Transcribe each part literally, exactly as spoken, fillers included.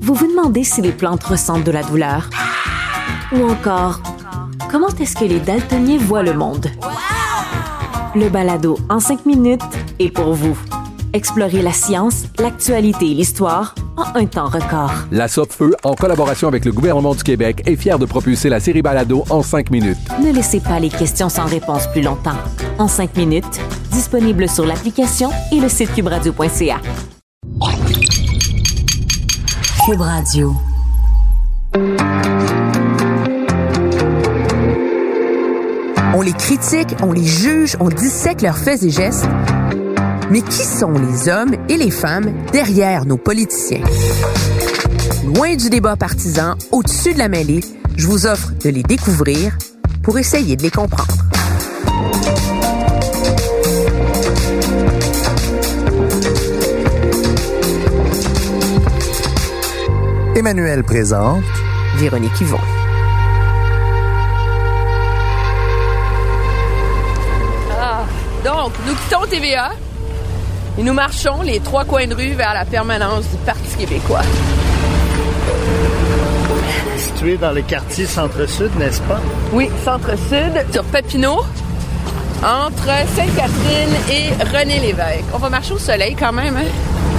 Vous vous demandez si les plantes ressentent de la douleur? Ou encore, comment est-ce que les daltoniens voient le monde? Le balado en cinq minutes est pour vous. Explorez la science, l'actualité et l'histoire en un temps record. La Sopfeu, en collaboration avec le gouvernement du Québec, est fière de propulser la série balado en cinq minutes. Ne laissez pas les questions sans réponse plus longtemps. En cinq minutes, disponible sur l'application et le site cube radio point c a. Cube Radio. On les critique, on les juge, on dissèque leurs faits et gestes. Mais qui sont les hommes et les femmes derrière nos politiciens? Loin du débat partisan, au-dessus de la mêlée, je vous offre de les découvrir pour essayer de les comprendre. Emmanuel présente Véronique Yvon. Ah, donc, nous quittons T V A et nous marchons les trois coins de rue vers la permanence du Parti québécois. situé dans le quartier Centre-Sud, n'est-ce pas? Oui, Centre-Sud, sur Papineau, entre Sainte-Catherine et René-Lévesque. On va marcher au soleil quand même, hein?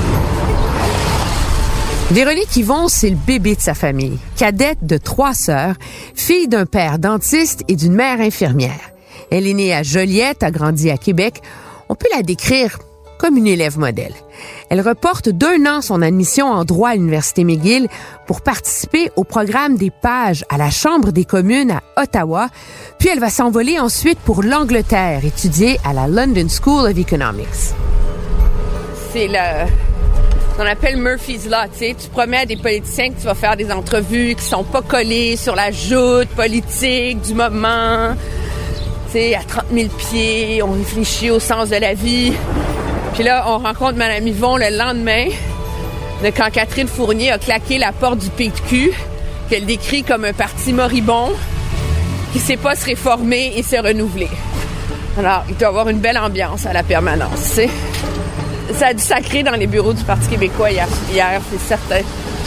Véronique Yvon, c'est le bébé de sa famille. Cadette de trois sœurs, fille d'un père dentiste et d'une mère infirmière. Elle est née à Joliette, a grandi à Québec. On peut la décrire comme une élève modèle. Elle reporte d'un an son admission en droit à l'Université McGill pour participer au programme des pages à la Chambre des communes à Ottawa. Puis elle va s'envoler ensuite pour l'Angleterre, étudier à la London School of Economics. C'est le... qu'on appelle Murphy's Law, tu sais, tu promets à des politiciens que tu vas faire des entrevues qui sont pas collées sur la joute politique du moment, tu sais, à trente mille pieds, on réfléchit au sens de la vie. Puis là, on rencontre Mme Yvon le lendemain de quand Catherine Fournier a claqué la porte du P Q, qu'elle décrit comme un parti moribond qui sait pas se réformer et se renouveler. Alors, il doit y avoir une belle ambiance à la permanence, tu sais. Ça a dû sacrer dans les bureaux du Parti québécois hier, hier c'est certain.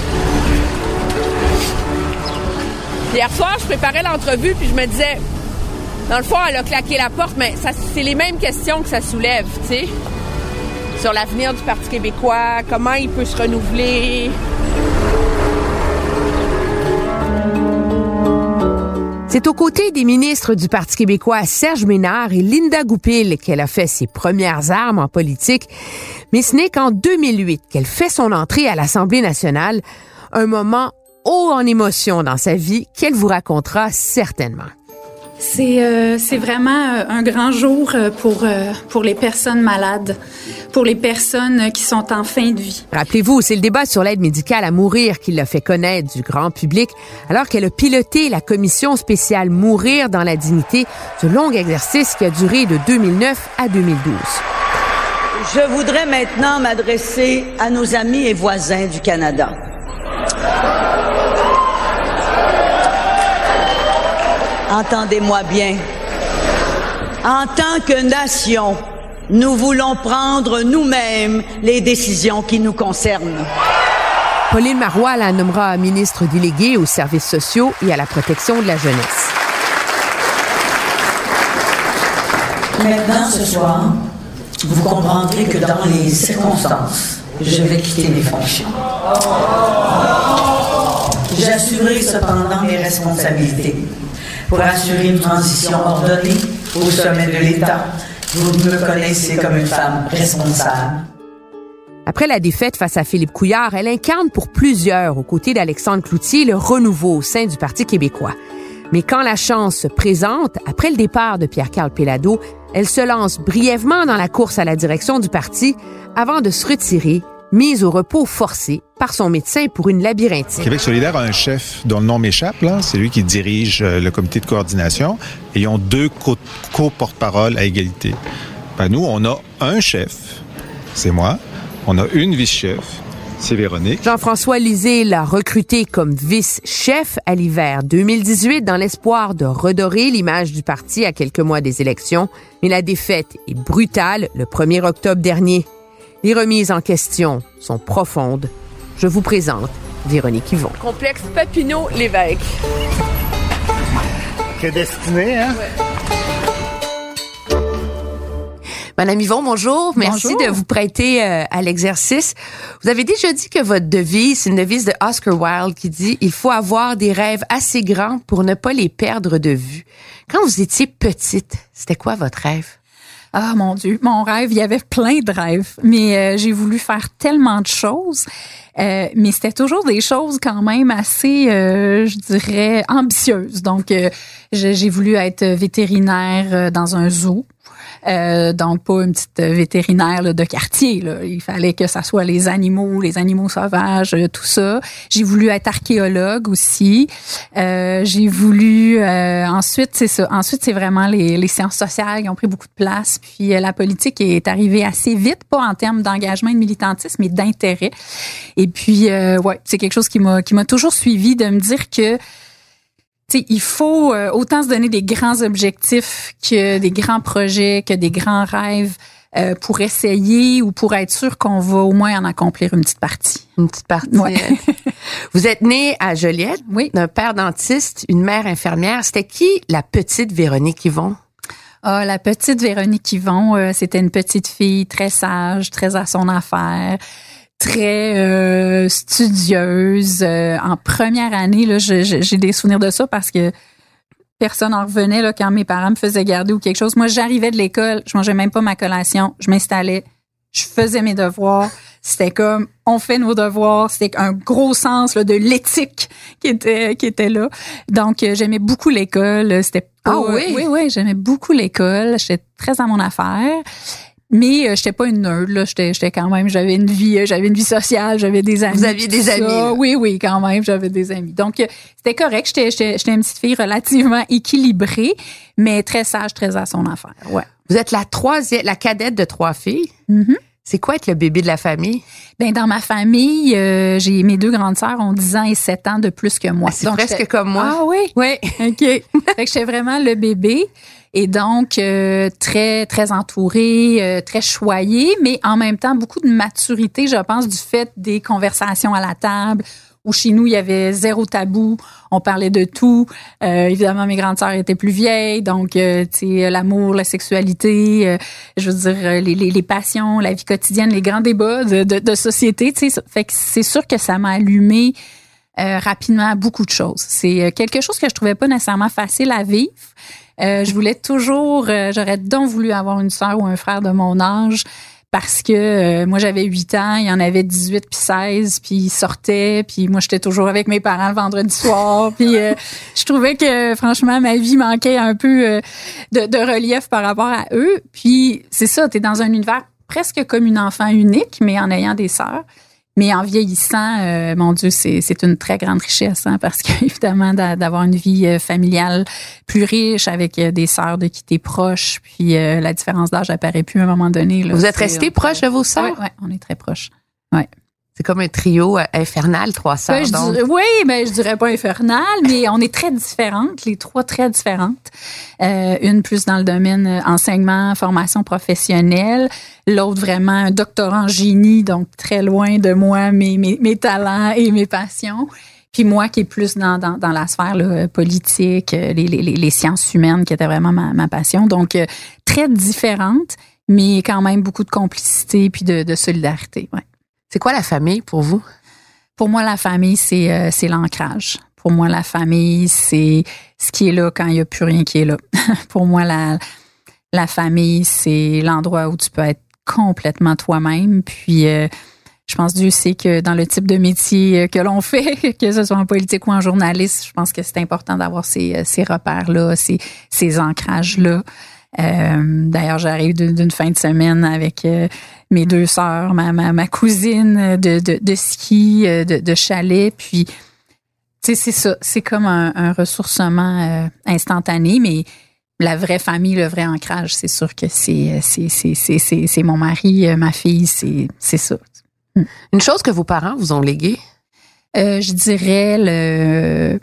Hier soir, je préparais l'entrevue, puis je me disais, dans le fond, elle a claqué la porte, mais ça, c'est les mêmes questions que ça soulève, tu sais, sur l'avenir du Parti québécois, comment il peut se renouveler. C'est aux côtés des ministres du Parti québécois Serge Ménard et Linda Goupil qu'elle a fait ses premières armes en politique. Mais ce n'est qu'en deux mille huit qu'elle fait son entrée à l'Assemblée nationale, un moment haut en émotion dans sa vie qu'elle vous racontera certainement. C'est, euh, c'est vraiment euh, un grand jour euh, pour, euh, pour les personnes malades, pour les personnes euh, qui sont en fin de vie. Rappelez-vous, c'est le débat sur l'aide médicale à mourir qui l'a fait connaître du grand public, alors qu'elle a piloté la commission spéciale Mourir dans la dignité, ce long exercice qui a duré de deux mille neuf à deux mille douze. Je voudrais maintenant m'adresser à nos amis et voisins du Canada. Entendez-moi bien. En tant que nation, nous voulons prendre nous-mêmes les décisions qui nous concernent. Pauline Marois la nommera ministre déléguée aux services sociaux et à la protection de la jeunesse. Maintenant, ce soir, vous comprendrez que dans les circonstances, je vais quitter mes fonctions. J'assurerai cependant mes responsabilités pour assurer une transition ordonnée au sommet de l'État. Vous me connaissez comme une femme responsable. Après la défaite face à Philippe Couillard, elle incarne pour plusieurs, aux côtés d'Alexandre Cloutier, le renouveau au sein du Parti québécois. Mais quand la chance se présente, après le départ de Pierre-Carl Péladeau, elle se lance brièvement dans la course à la direction du parti avant de se retirer, mise au repos forcé par son médecin pour une labyrinthite. Québec solidaire a un chef dont le nom m'échappe, là. C'est lui qui dirige le comité de coordination. Et ils ont deux co- co-porte-parole à égalité. Ben, nous, on a un chef, c'est moi. On a une vice-chef, c'est Véronique. Jean-François Lisée l'a recruté comme vice-chef à l'hiver deux mille dix-huit dans l'espoir de redorer l'image du parti à quelques mois des élections. Mais la défaite est brutale le premier octobre dernier. Les remises en question sont profondes. Je vous présente Véronique Yvon. Complexe Papineau-Lévesque. Prédestiné, hein? Ouais. Madame Yvon, bonjour. Merci bonjour. de vous prêter euh, à l'exercice. Vous avez déjà dit que votre devise, c'est une devise de Oscar Wilde qui dit « Il faut avoir des rêves assez grands pour ne pas les perdre de vue ». Quand vous étiez petite, c'était quoi votre rêve? Ah, mon Dieu, mon rêve, il y avait plein de rêves, mais euh, j'ai voulu faire tellement de choses, euh, mais c'était toujours des choses quand même assez, euh, je dirais, ambitieuses. Donc, euh, j'ai voulu être vétérinaire euh, dans un zoo. Euh, donc, pas une petite vétérinaire là, de quartier. Là. Il fallait que ça soit les animaux, les animaux sauvages, euh, tout ça. J'ai voulu être archéologue aussi. Euh, j'ai voulu... Euh, ensuite, c'est ça. Ensuite, c'est vraiment les, les sciences sociales qui ont pris beaucoup de place. Puis, euh, la politique est arrivée assez vite, pas en termes d'engagement et de militantisme, mais d'intérêt. Et puis, euh, ouais, c'est quelque chose qui m'a qui m'a toujours suivi de me dire que tu sais, il faut euh, autant se donner des grands objectifs que des grands projets, que des grands rêves euh, pour essayer ou pour être sûr qu'on va au moins en accomplir une petite partie. Une petite partie. Ouais. Vous êtes née à Joliette, oui. d'un père dentiste, une mère infirmière. C'était qui la petite Véronique Yvon? Ah, la petite Véronique Yvon, euh, c'était une petite fille très sage, très à son affaire, très euh, studieuse. Euh, en première année, là, je, je, j'ai des souvenirs de ça parce que personne en revenait là, quand mes parents me faisaient garder ou quelque chose. Moi, j'arrivais de l'école, je mangeais même pas ma collation, je m'installais, je faisais mes devoirs. C'était comme, on fait nos devoirs. C'était un gros sens là, de l'éthique qui était qui était là. Donc, euh, j'aimais beaucoup l'école. C'était pas, ah oui? Oui, oui, j'aimais beaucoup l'école. J'étais très à mon affaire. Mais euh, j'étais pas une nerd là, j'étais j'étais quand même, j'avais une vie, euh, j'avais une vie sociale, j'avais des amis. Vous aviez des amis. Là. Oui, oui, quand même, j'avais des amis. Donc euh, c'était correct, j'étais j'étais j'étais une petite fille relativement équilibrée, mais très sage, très à son affaire. Ouais. Vous êtes la troisième, la cadette de trois filles. Mm-hmm. C'est quoi être le bébé de la famille? Ben dans ma famille, euh, j'ai mes deux grandes sœurs ont dix ans et sept ans de plus que moi. Ah, c'est donc, presque comme moi. Ah oui. Oui. OK. Fait que j'étais vraiment le bébé. Et donc, euh, très, très entourée, euh, très choyée, mais en même temps, beaucoup de maturité, je pense, du fait des conversations à la table, où chez nous, il y avait zéro tabou, on parlait de tout. Euh, évidemment, mes grandes sœurs étaient plus vieilles, donc, euh, tu sais, l'amour, la sexualité, euh, je veux dire, les, les, les passions, la vie quotidienne, les grands débats de, de, de société, tu sais. Fait que c'est sûr que ça m'a allumé euh, rapidement beaucoup de choses. C'est quelque chose que je trouvais pas nécessairement facile à vivre. Euh, je voulais toujours, euh, j'aurais donc voulu avoir une sœur ou un frère de mon âge parce que euh, moi j'avais huit ans, il y en avait dix-huit puis seize, puis ils sortaient, puis moi j'étais toujours avec mes parents le vendredi soir, puis euh, je trouvais que franchement ma vie manquait un peu euh, de, de relief par rapport à eux. Puis c'est ça, t'es dans un univers presque comme une enfant unique, mais en ayant des sœurs. Mais en vieillissant, euh, mon Dieu, c'est c'est une très grande richesse, hein, parce qu'évidemment, d'avoir une vie euh, familiale plus riche avec euh, des sœurs de qui t'es proche, puis euh, la différence d'âge apparaît plus à un moment donné. Là, vous êtes restés proches de vos sœurs? Oui, ouais, on est très proches. Ouais. C'est comme un trio infernal, trois sœurs. Ben, je donc. dirais, oui, mais je dirais pas infernal, mais on est très différentes, les trois très différentes. Euh, une plus dans le domaine enseignement, formation professionnelle, l'autre vraiment un doctorat en génie, donc très loin de moi, mes, mes, mes talents et mes passions. Puis moi qui est plus dans, dans, dans la sphère là, politique, les, les, les sciences humaines qui était vraiment ma, ma passion. Donc, euh, très différentes, mais quand même beaucoup de complicité puis de, de solidarité, ouais. C'est quoi la famille pour vous? Pour moi, la famille, c'est euh, c'est l'ancrage. Pour moi, la famille, c'est ce qui est là quand il n'y a plus rien qui est là. Pour moi, la, la famille, c'est l'endroit où tu peux être complètement toi-même. Puis, euh, je pense, Dieu sait que dans le type de métier que l'on fait, que ce soit en politique ou en journaliste, je pense que c'est important d'avoir ces, ces repères-là, ces, ces ancrages-là. Euh, d'ailleurs, j'arrive d'une fin de semaine avec euh, mes deux sœurs, ma, ma, ma cousine de, de, de ski, de, de chalet. Puis, tu sais, c'est ça. C'est comme un, un ressourcement euh, instantané, mais la vraie famille, le vrai ancrage, c'est sûr que c'est c'est c'est c'est c'est, c'est mon mari, ma fille, c'est c'est ça. Une chose que vos parents vous ont léguée? Euh, je dirais le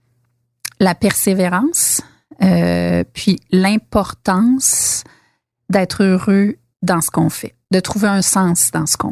la persévérance. Euh, puis l'importance d'être heureux dans ce qu'on fait, de trouver un sens dans ce qu'on fait.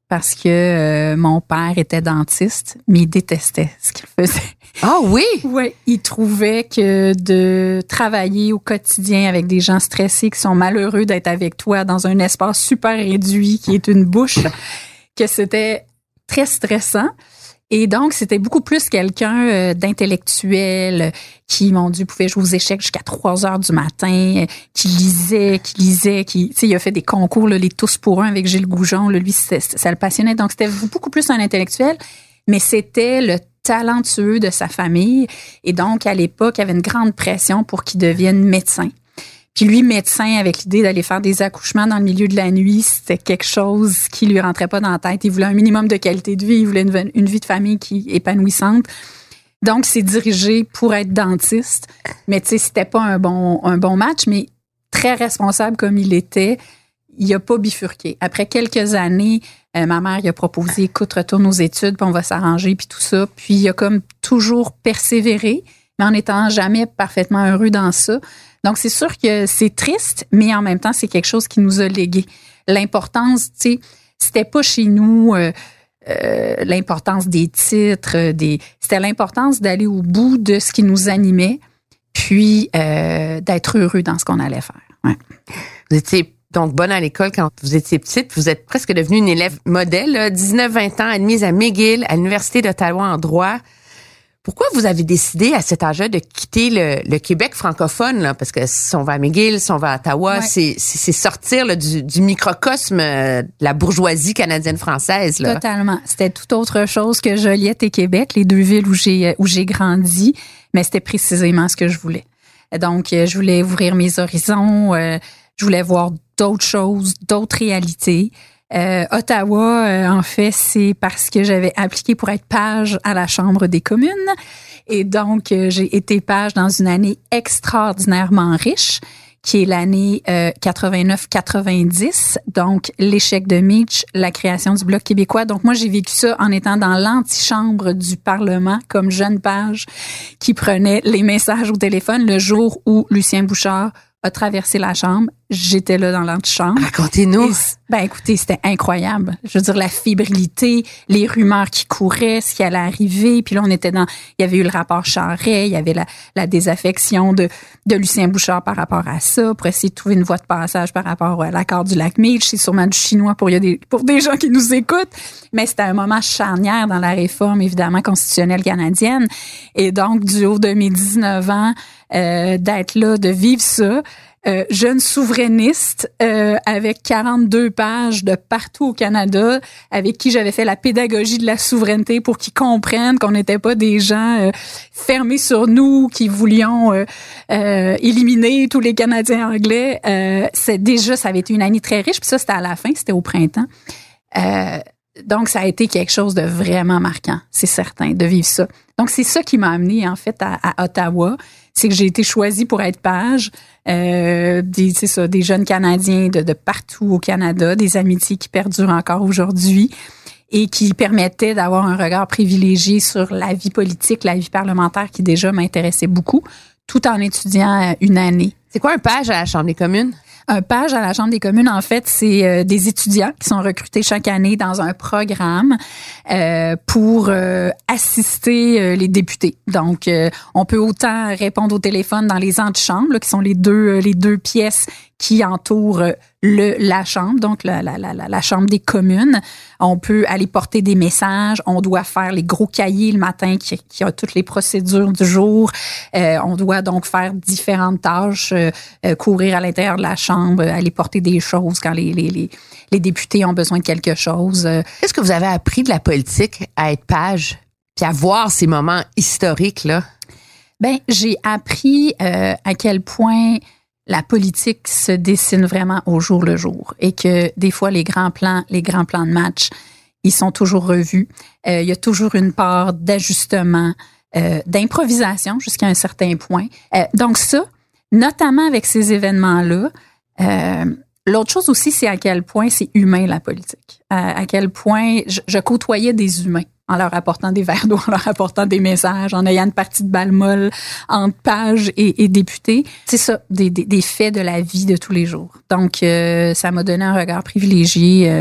parce que euh, mon père était dentiste, mais il détestait ce qu'il faisait. Ah oui? Oui, il trouvait que de travailler au quotidien avec des gens stressés qui sont malheureux d'être avec toi dans un espace super réduit qui est une bouche, que c'était très stressant. Et donc, c'était beaucoup plus quelqu'un euh, d'intellectuel qui, mon Dieu, pouvait jouer aux échecs jusqu'à trois heures du matin, euh, qui lisait, qui lisait, qui, tu sais, il a fait des concours, là, les tous pour un avec Gilles Goujon, là, lui, ça le passionnait. Donc, c'était beaucoup plus un intellectuel, mais c'était le talentueux de sa famille. Et donc, à l'époque, il y avait une grande pression pour qu'il devienne médecin. Puis lui, médecin, avec l'idée d'aller faire des accouchements dans le milieu de la nuit, c'était quelque chose qui lui rentrait pas dans la tête. Il voulait un minimum de qualité de vie, il voulait une, une vie de famille qui épanouissante. Donc, il s'est dirigé pour être dentiste. Mais tu sais, c'était pas un bon, un bon match, mais très responsable comme il était, il a pas bifurqué. Après quelques années, euh, ma mère il a proposé, écoute, retourne aux études, puis on va s'arranger, puis tout ça. Puis il a comme toujours persévéré, mais en étant jamais parfaitement heureux dans ça. Donc, c'est sûr que c'est triste, mais en même temps, c'est quelque chose qui nous a légué. L'importance, tu sais, c'était pas chez nous euh, euh, l'importance des titres, des, c'était l'importance d'aller au bout de ce qui nous animait, puis euh, d'être heureux dans ce qu'on allait faire. Ouais. Vous étiez donc bonne à l'école quand vous étiez petite. Vous êtes presque devenue une élève modèle, dix-neuf vingt ans, admise à McGill, à l'Université d'Ottawa en droit. Pourquoi vous avez décidé à cet âge-là de quitter le, le Québec francophone, là? Parce que si on va à McGill, si on va à Ottawa, ouais. c'est, c'est, c'est sortir là, du, du microcosme euh, de la bourgeoisie canadienne-française. Là. Totalement. C'était tout autre chose que Joliette et Québec, les deux villes où j'ai, où j'ai grandi, mais c'était précisément ce que je voulais. Donc, je voulais ouvrir mes horizons, euh, je voulais voir d'autres choses, d'autres réalités. Euh, Ottawa, euh, en fait, c'est parce que j'avais appliqué pour être page à la Chambre des communes. Et donc, euh, j'ai été page dans une année extraordinairement riche, qui est l'année euh, quatre-vingt-neuf quatre-vingt-dix. Donc, l'échec de Mitch, la création du Bloc québécois. Donc, moi, j'ai vécu ça en étant dans l'antichambre du Parlement comme jeune page qui prenait les messages au téléphone le jour où Lucien Bouchard a traversé la chambre. J'étais là dans l'antichambre. Racontez-nous. Et, ben écoutez, c'était incroyable. Je veux dire, la fébrilité, les rumeurs qui couraient, ce qui allait arriver. Puis là, on était dans... Il y avait eu le rapport Charret, il y avait la, la désaffection de, de Lucien Bouchard par rapport à ça, pour essayer de trouver une voie de passage par rapport à l'accord du lac Meach. C'est sûrement du chinois pour, il y a des, pour des gens qui nous écoutent. Mais c'était un moment charnière dans la réforme, évidemment, constitutionnelle canadienne. Et donc, du haut de mes dix-neuf ans, euh, d'être là, de vivre ça... Euh, jeune souverainiste euh, avec quarante-deux pages de partout au Canada, avec qui j'avais fait la pédagogie de la souveraineté pour qu'ils comprennent qu'on n'était pas des gens euh, fermés sur nous, qui voulions euh, euh, éliminer tous les Canadiens anglais. Euh, c'est déjà, ça avait été une année très riche, puis ça, c'était à la fin, c'était au printemps. Euh, donc, ça a été quelque chose de vraiment marquant, c'est certain, de vivre ça. Donc, c'est ça qui m'a amené en fait, à, à Ottawa. C'est que j'ai été choisie pour être page, euh, des, c'est ça, des jeunes Canadiens de, de partout au Canada, des amitiés qui perdurent encore aujourd'hui et qui permettaient d'avoir un regard privilégié sur la vie politique, la vie parlementaire qui déjà m'intéressait beaucoup, tout en étudiant une année. C'est quoi un page à la Chambre des communes? Un page à la Chambre des communes, en fait, c'est euh, des étudiants qui sont recrutés chaque année dans un programme euh, pour euh, assister euh, les députés. Donc, euh, on peut autant répondre au téléphone dans les antichambres, là, qui sont les deux les deux pièces qui entourent le la chambre, donc la, la, la, la chambre des communes. On peut aller porter des messages. On doit faire les gros cahiers le matin qui, qui a toutes les procédures du jour. Euh, on doit donc faire différentes tâches, euh, euh, courir à l'intérieur de la chambre, aller porter des choses quand les, les, les, les députés ont besoin de quelque chose. Qu'est-ce que vous avez appris de la politique à être page puis à voir ces moments historiques-là? Ben, j'ai appris euh, à quel point la politique se dessine vraiment au jour le jour et que des fois, les grands plans, les grands plans de match, ils sont toujours revus. Euh, il y a toujours une part d'ajustement, euh, d'improvisation jusqu'à un certain point. Euh, donc ça, notamment avec ces événements-là, euh, l'autre chose aussi, c'est à quel point c'est humain, la politique. À, à quel point je, je côtoyais des humains en leur apportant des verres d'eau, en leur apportant des messages, en ayant une partie de balle molle entre pages et, et députés. C'est ça, des, des, des faits de la vie de tous les jours. Donc, euh, ça m'a donné un regard privilégié euh,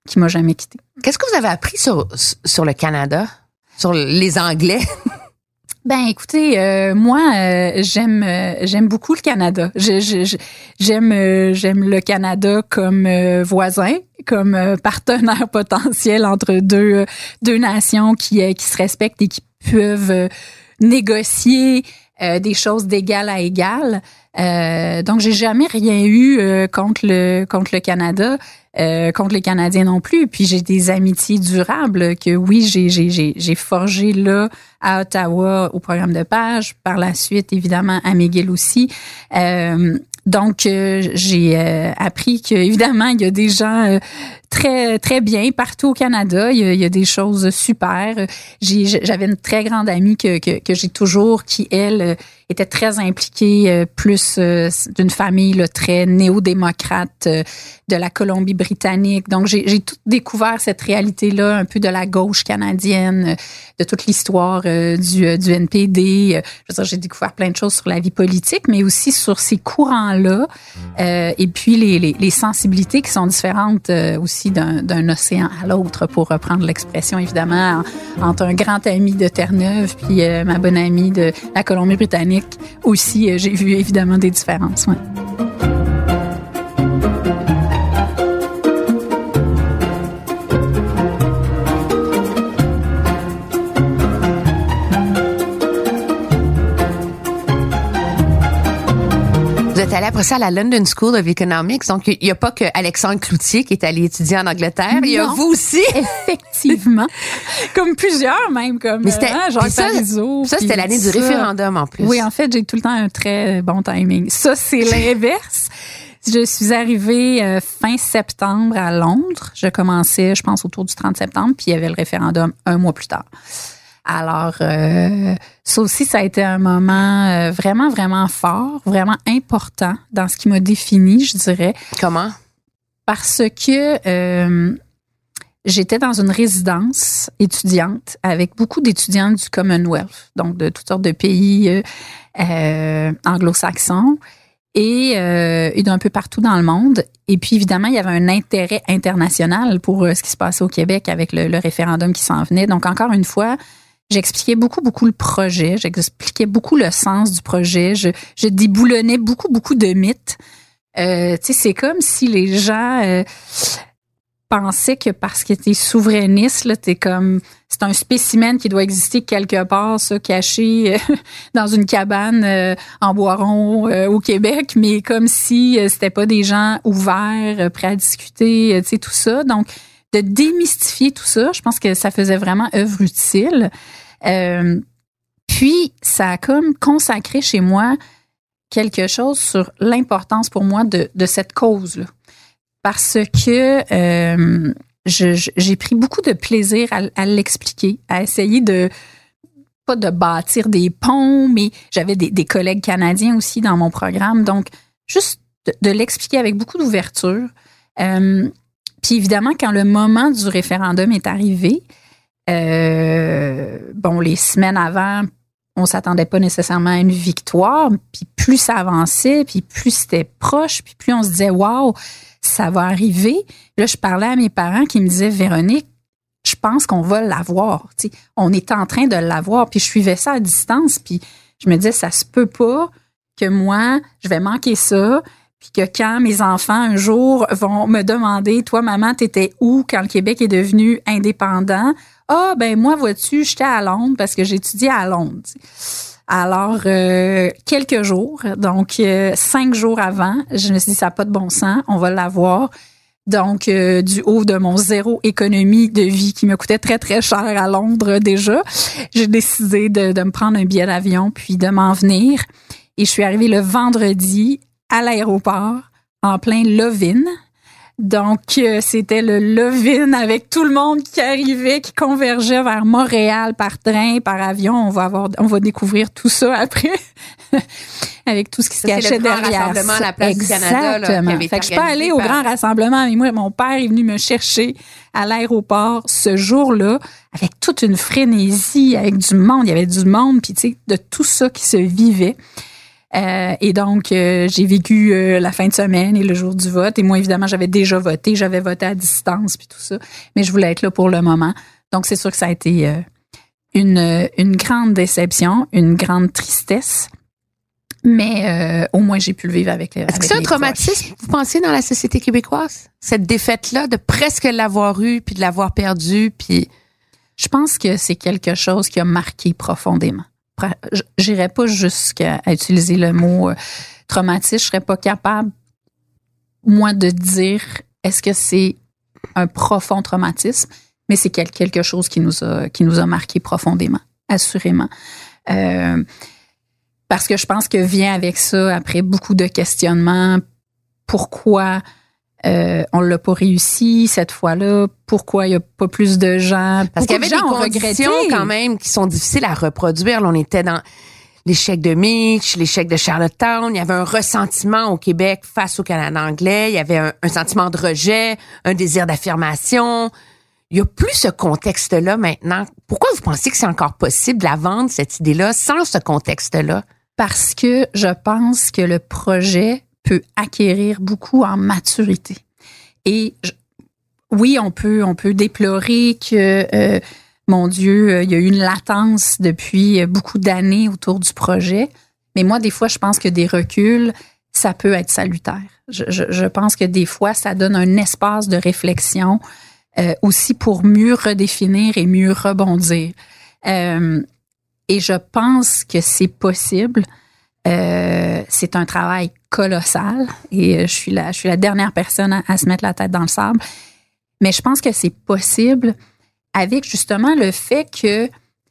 qui m'a jamais quittée. Qu'est-ce que vous avez appris sur, sur le Canada? Sur les Anglais? Ben, écoutez, euh, moi, euh, j'aime euh, j'aime beaucoup le Canada. Je, je, je, j'aime euh, j'aime le Canada comme euh, voisin, comme euh, partenaire potentiel entre deux euh, deux nations qui euh, qui se respectent et qui peuvent euh, négocier euh, des choses d'égal à égal. Euh, donc, j'ai jamais rien eu euh, contre le contre le Canada. Euh, contre les Canadiens non plus. Puis j'ai des amitiés durables que oui, j'ai j'ai j'ai j'ai forgé là à Ottawa au programme de page. Par la suite, évidemment, à McGill aussi. Euh, donc euh, j'ai euh, appris que évidemment il y a des gens euh, très très bien partout au Canada. Il y a, il y a des choses super. J'ai j'avais une très grande amie que que, que j'ai toujours qui elle était très impliquée euh, plus euh, d'une famille là, très néo-démocrate euh, de la Colombie-Britannique. Donc, j'ai, j'ai tout découvert cette réalité-là, un peu de la gauche canadienne, euh, de toute l'histoire euh, du, euh, du N P D. Euh, je veux dire, j'ai découvert plein de choses sur la vie politique, mais aussi sur ces courants-là euh, et puis les, les, les sensibilités qui sont différentes euh, aussi d'un, d'un océan à l'autre, pour reprendre l'expression, évidemment, en, entre un grand ami de Terre-Neuve puis euh, ma bonne amie de la Colombie-Britannique. Aussi, euh, j'ai vu évidemment des différences. Ouais. Vous êtes allé après ça à la London School of Economics, donc il n'y a pas que Alexandre Cloutier qui est allé étudier en Angleterre, il y a Non, vous aussi. Effectivement. Comme plusieurs même, comme Mais c'était, hein, Jean ça, Parizeau. ça, c'était l'année du ça. référendum en plus. Oui, en fait, j'ai tout le temps un très bon timing. Ça, c'est l'inverse. Je suis arrivée euh, fin septembre à Londres. Je commençais, je pense, autour du trente septembre, puis il y avait le référendum un mois plus tard. Alors, euh, ça aussi, ça a été un moment euh, vraiment, vraiment fort, vraiment important dans ce qui m'a défini, je dirais. Comment? Parce que euh, j'étais dans une résidence étudiante avec beaucoup d'étudiants du Commonwealth, donc de toutes sortes de pays euh, euh, anglo-saxons et, euh, et d'un peu partout dans le monde. Et puis, évidemment, il y avait un intérêt international pour euh, ce qui se passait au Québec avec le, le référendum qui s'en venait. Donc, encore une fois, j'expliquais beaucoup, beaucoup le projet. J'expliquais beaucoup le sens du projet. Je, je déboulonnais beaucoup, beaucoup de mythes. Euh, tu sais, c'est comme si les gens euh, pensaient que parce que t'es souverainiste, là, t'es comme, c'est un spécimen qui doit exister quelque part, ça, caché euh, dans une cabane euh, en Boiron euh, au Québec, mais comme si euh, c'était pas des gens ouverts, euh, prêts à discuter, euh, tu sais, tout ça. Donc, de démystifier tout ça, je pense que ça faisait vraiment œuvre utile. Euh, puis, ça a comme consacré chez moi quelque chose sur l'importance pour moi de, de cette cause-là. Parce que euh, je, je, j'ai pris beaucoup de plaisir à, à l'expliquer, à essayer de, pas de bâtir des ponts, mais j'avais des, des collègues canadiens aussi dans mon programme. Donc, juste de, de l'expliquer avec beaucoup d'ouverture. Euh, Puis évidemment, quand le moment du référendum est arrivé, euh, bon, les semaines avant, on s'attendait pas nécessairement à une victoire. Puis plus ça avançait, puis plus c'était proche, puis plus on se disait, waouh, ça va arriver. Là, je parlais à mes parents qui me disaient, Véronique, je pense qu'on va l'avoir. Tu sais, on est en train de l'avoir. Puis je suivais ça à distance. Puis je me disais, ça se peut pas que moi, je vais manquer ça. Puis que quand mes enfants, un jour, vont me demander, toi, maman, t'étais où quand le Québec est devenu indépendant? Ah, ben moi, vois-tu, j'étais à Londres parce que j'étudiais à Londres. Alors, euh, quelques jours, donc euh, cinq jours avant, je me suis dit, ça n'a pas de bon sens, on va l'avoir. Donc, euh, du haut de mon zéro économie de vie qui me coûtait très, très cher à Londres déjà, j'ai décidé de, de me prendre un billet d'avion puis de m'en venir. Et je suis arrivée le vendredi à l'aéroport, en plein Love-in. Donc, euh, c'était le Love-in avec tout le monde qui arrivait, qui convergeait vers Montréal par train, par avion. On va avoir, on va découvrir tout ça après, avec tout ce qui se ça, cachait derrière. C'est le grand rassemblement à la place Exactement. du Canada. Là, qui avait fait que je suis pas allée au par... grand rassemblement, mais moi, mon père est venu me chercher à l'aéroport ce jour-là, avec toute une frénésie, avec du monde. Il y avait du monde, puis tu sais, de tout ça qui se vivait. Euh, et donc, euh, j'ai vécu euh, la fin de semaine et le jour du vote. Et moi, évidemment, j'avais déjà voté. J'avais voté à distance puis tout ça. Mais je voulais être là pour le moment. Donc, c'est sûr que ça a été euh, une, une grande déception, une grande tristesse. Mais euh, au moins, j'ai pu le vivre avec les Est-ce que c'est un traumatisme, vous pensez, dans la société québécoise? Cette défaite-là, de presque l'avoir eue puis de l'avoir perdue, puis... Je pense que c'est quelque chose qui a marqué profondément. J'irais pas jusqu'à utiliser le mot traumatisme. Je serais pas capable, moi, de dire est-ce que c'est un profond traumatisme, mais c'est quelque chose qui nous a, qui nous a marqué profondément, assurément. Euh, parce que je pense que vient avec ça, après beaucoup de questionnements, pourquoi euh, on l'a pas réussi cette fois-là, pourquoi il y a pas plus de gens, parce qu'il y avait des conditions quand même qui sont difficiles à reproduire. Là, on était dans l'échec de Mitch, l'échec de Charlottetown, il y avait un ressentiment au Québec face au Canada anglais, il y avait un, un sentiment de rejet, un désir d'affirmation. Il y a plus ce contexte-là maintenant. Pourquoi vous pensez que c'est encore possible de la vendre, cette idée-là, sans ce contexte-là? Parce que je pense que le projet peut acquérir beaucoup en maturité. Et je, oui, on peut, on peut déplorer que, euh, mon Dieu, euh, il y a eu une latence depuis beaucoup d'années autour du projet. Mais moi, des fois, je pense que des reculs, ça peut être salutaire. Je, je, je pense que des fois, ça donne un espace de réflexion euh, aussi pour mieux redéfinir et mieux rebondir. Euh, et je pense que c'est possible. Euh, c'est un travail colossal et je suis la, je suis la dernière personne à, à se mettre la tête dans le sable. Mais je pense que c'est possible avec justement le fait que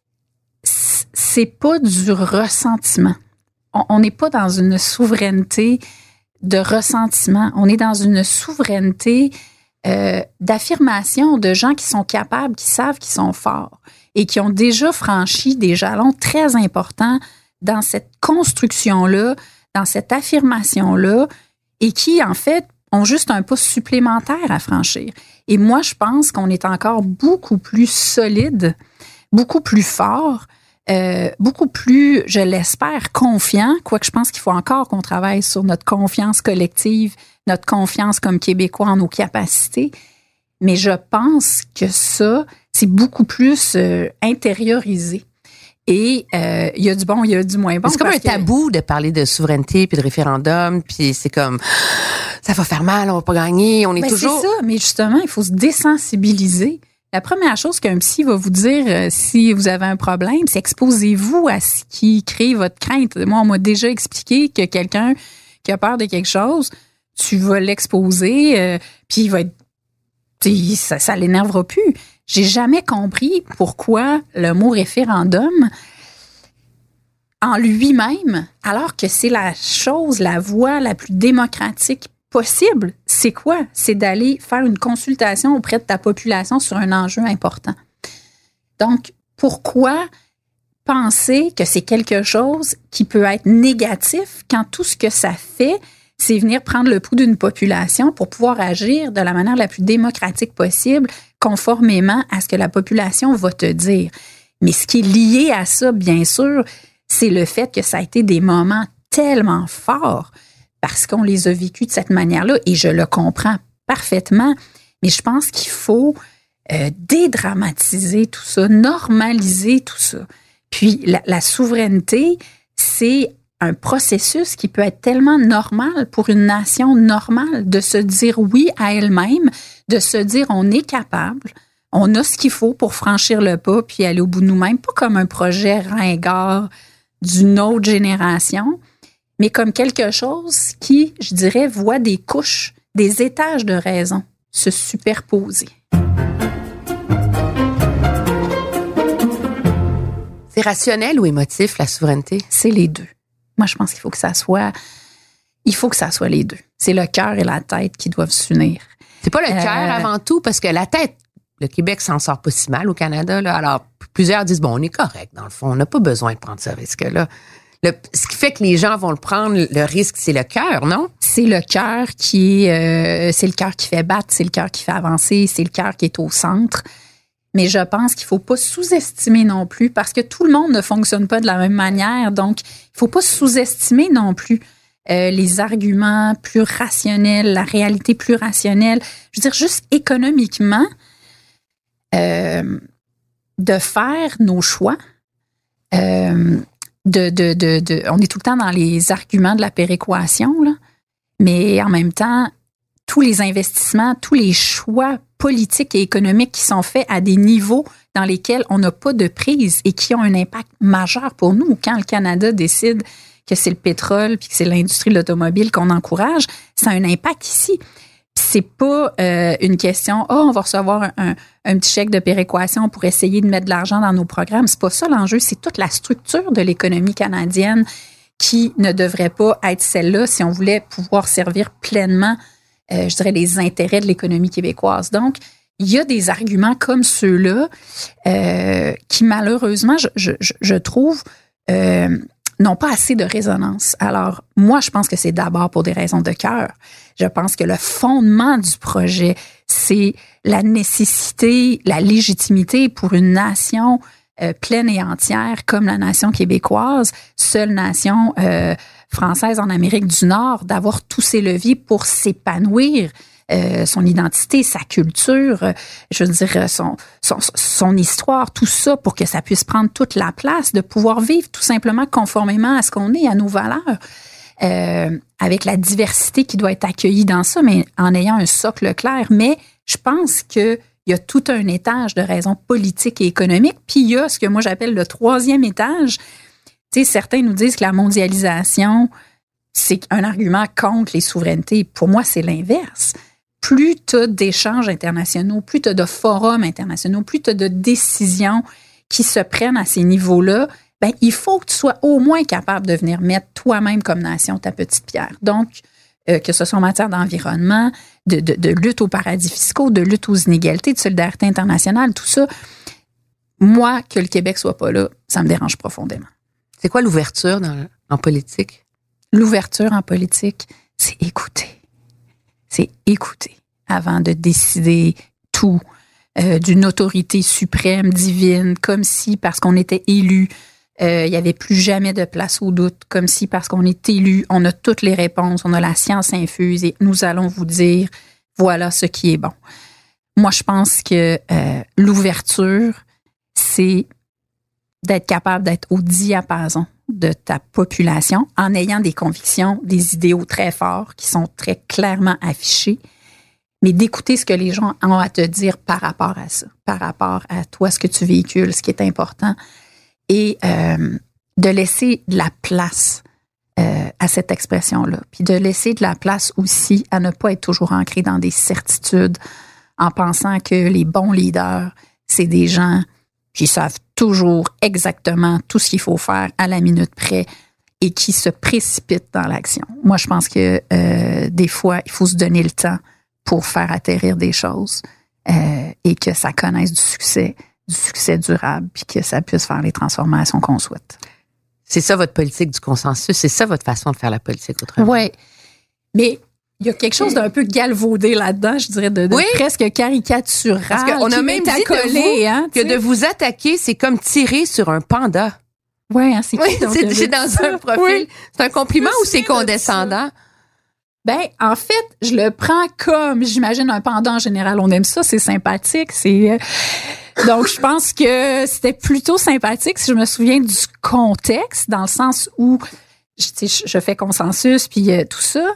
c'est pas du ressentiment. On n'est pas dans une souveraineté de ressentiment. On est dans une souveraineté euh, d'affirmation de gens qui sont capables, qui savent qu'ils sont forts et qui ont déjà franchi des jalons très importants dans cette construction-là, dans cette affirmation-là, et qui, en fait, ont juste un pas supplémentaire à franchir. Et moi, je pense qu'on est encore beaucoup plus solide, beaucoup plus fort, euh, beaucoup plus, je l'espère, confiant, quoique je pense qu'il faut encore qu'on travaille sur notre confiance collective, notre confiance comme Québécois en nos capacités. Mais je pense que ça, c'est beaucoup plus euh, intériorisé. Et il euh, y a du bon, il y a du moins bon. C'est comme un tabou de parler de souveraineté puis de référendum, puis c'est comme ça va faire mal, on va pas gagner, on est ben toujours. C'est ça, mais justement, il faut se désensibiliser. La première chose qu'un psy va vous dire euh, si vous avez un problème, c'est exposez-vous à ce qui crée votre crainte. Moi, on m'a déjà expliqué que quelqu'un qui a peur de quelque chose, tu vas l'exposer, euh, puis il va être, ça, ça l'énervera plus. J'ai jamais compris pourquoi le mot référendum, en lui-même, alors que c'est la chose, la voie la plus démocratique possible, c'est quoi? C'est d'aller faire une consultation auprès de ta population sur un enjeu important. Donc, pourquoi penser que c'est quelque chose qui peut être négatif quand tout ce que ça fait, c'est venir prendre le pouls d'une population pour pouvoir agir de la manière la plus démocratique possible, conformément à ce que la population va te dire. Mais ce qui est lié à ça, bien sûr, c'est le fait que ça a été des moments tellement forts parce qu'on les a vécus de cette manière-là et je le comprends parfaitement. Mais je pense qu'il faut euh, dédramatiser tout ça, normaliser tout ça. Puis la, la souveraineté, c'est un processus qui peut être tellement normal pour une nation normale de se dire oui à elle-même, de se dire on est capable, on a ce qu'il faut pour franchir le pas puis aller au bout de nous-mêmes, pas comme un projet ringard d'une autre génération, mais comme quelque chose qui, je dirais, voit des couches, des étages de raison se superposer. C'est rationnel ou émotif, la souveraineté? C'est les deux. Moi, je pense qu'il faut que ça soit, il faut que ça soit les deux. C'est le cœur et la tête qui doivent s'unir. C'est pas le cœur euh, avant tout, parce que la tête, le Québec s'en sort pas si mal au Canada, là. Alors, plusieurs disent, bon, on est correct, dans le fond, on n'a pas besoin de prendre ce risque-là. Le, ce qui fait que les gens vont le prendre, le risque, c'est le cœur, non? C'est le cœur qui, euh, c'est le cœur qui fait battre, c'est le cœur qui fait avancer, c'est le cœur qui est au centre. Mais je pense qu'il faut pas sous-estimer non plus parce que tout le monde ne fonctionne pas de la même manière. Donc, il faut pas sous-estimer non plus euh, les arguments plus rationnels, la réalité plus rationnelle. Je veux dire, juste économiquement, euh, de faire nos choix. Euh, de, de, de, de, on est tout le temps dans les arguments de la péréquation, là, mais en même temps, tous les investissements, tous les choix politiques et économiques qui sont faits à des niveaux dans lesquels on n'a pas de prise et qui ont un impact majeur pour nous. Quand le Canada décide que c'est le pétrole puis que c'est l'industrie de l'automobile qu'on encourage, ça a un impact ici. C'est pas euh, une question, oh, on va recevoir un, un, un petit chèque de péréquation pour essayer de mettre de l'argent dans nos programmes. C'est pas ça l'enjeu, c'est toute la structure de l'économie canadienne qui ne devrait pas être celle-là si on voulait pouvoir servir pleinement, euh, je dirais, les intérêts de l'économie québécoise. Donc, il y a des arguments comme ceux-là euh, qui, malheureusement, je, je, je trouve, euh, n'ont pas assez de résonance. Alors, moi, je pense que c'est d'abord pour des raisons de cœur. Je pense que le fondement du projet, c'est la nécessité, la légitimité pour une nation euh, pleine et entière comme la nation québécoise, seule nation euh, française en Amérique du Nord, d'avoir tous ces leviers pour s'épanouir. Euh, son identité, sa culture, euh, je veux dire, son, son, son histoire, tout ça pour que ça puisse prendre toute la place, de pouvoir vivre tout simplement conformément à ce qu'on est, à nos valeurs, euh, avec la diversité qui doit être accueillie dans ça, mais en ayant un socle clair. Mais je pense qu'il y a tout un étage de raisons politiques et économiques, puis il y a ce que moi j'appelle le troisième étage. Tu sais, certains nous disent que la mondialisation, c'est un argument contre les souverainetés. Pour moi, c'est l'inverse. Plus tu as d'échanges internationaux, plus tu as de forums internationaux, plus tu as de décisions qui se prennent à ces niveaux-là, ben, il faut que tu sois au moins capable de venir mettre toi-même comme nation ta petite pierre. Donc, euh, que ce soit en matière d'environnement, de, de, de lutte aux paradis fiscaux, de lutte aux inégalités, de solidarité internationale, tout ça, moi, que le Québec soit pas là, ça me dérange profondément. C'est quoi l'ouverture dans, en politique? L'ouverture en politique, c'est écouter. C'est écouter avant de décider tout euh, d'une autorité suprême, divine, comme si, parce qu'on était élu, euh, il n'y avait plus jamais de place au doute, comme si, parce qu'on est élu, on a toutes les réponses, on a la science infuse et nous allons vous dire, voilà ce qui est bon. Moi, je pense que euh, l'ouverture, c'est d'être capable d'être au diapason de ta population en ayant des convictions, des idéaux très forts qui sont très clairement affichés, mais d'écouter ce que les gens ont à te dire par rapport à ça, par rapport à toi, ce que tu véhicules, ce qui est important, et euh, de laisser de la place euh, à cette expression-là, puis de laisser de la place aussi à ne pas être toujours ancré dans des certitudes en pensant que les bons leaders, c'est des gens qui savent toujours exactement tout ce qu'il faut faire à la minute près et qui se précipitent dans l'action. Moi, je pense que euh, des fois, il faut se donner le temps pour faire atterrir des choses euh, et que ça connaisse du succès, du succès durable, puis que ça puisse faire les transformations qu'on souhaite. C'est ça votre politique du consensus, c'est ça votre façon de faire la politique autrement. Oui, mais il y a quelque chose d'un peu galvaudé là-dedans, je dirais, de, de oui. presque caricatural. Parce qu'on a même dit accolé, de vous, hein, que de vous attaquer, c'est comme tirer sur un panda. Ouais, hein, c'est oui, c'est, c'est dans ça? un profil. Oui. C'est un compliment ou c'est condescendant? Ben, en fait, je le prends comme, j'imagine, un panda en général. On aime ça, c'est sympathique, c'est... Donc, je pense que c'était plutôt sympathique, si je me souviens du contexte, dans le sens où, je, je fais consensus, puis euh, tout ça.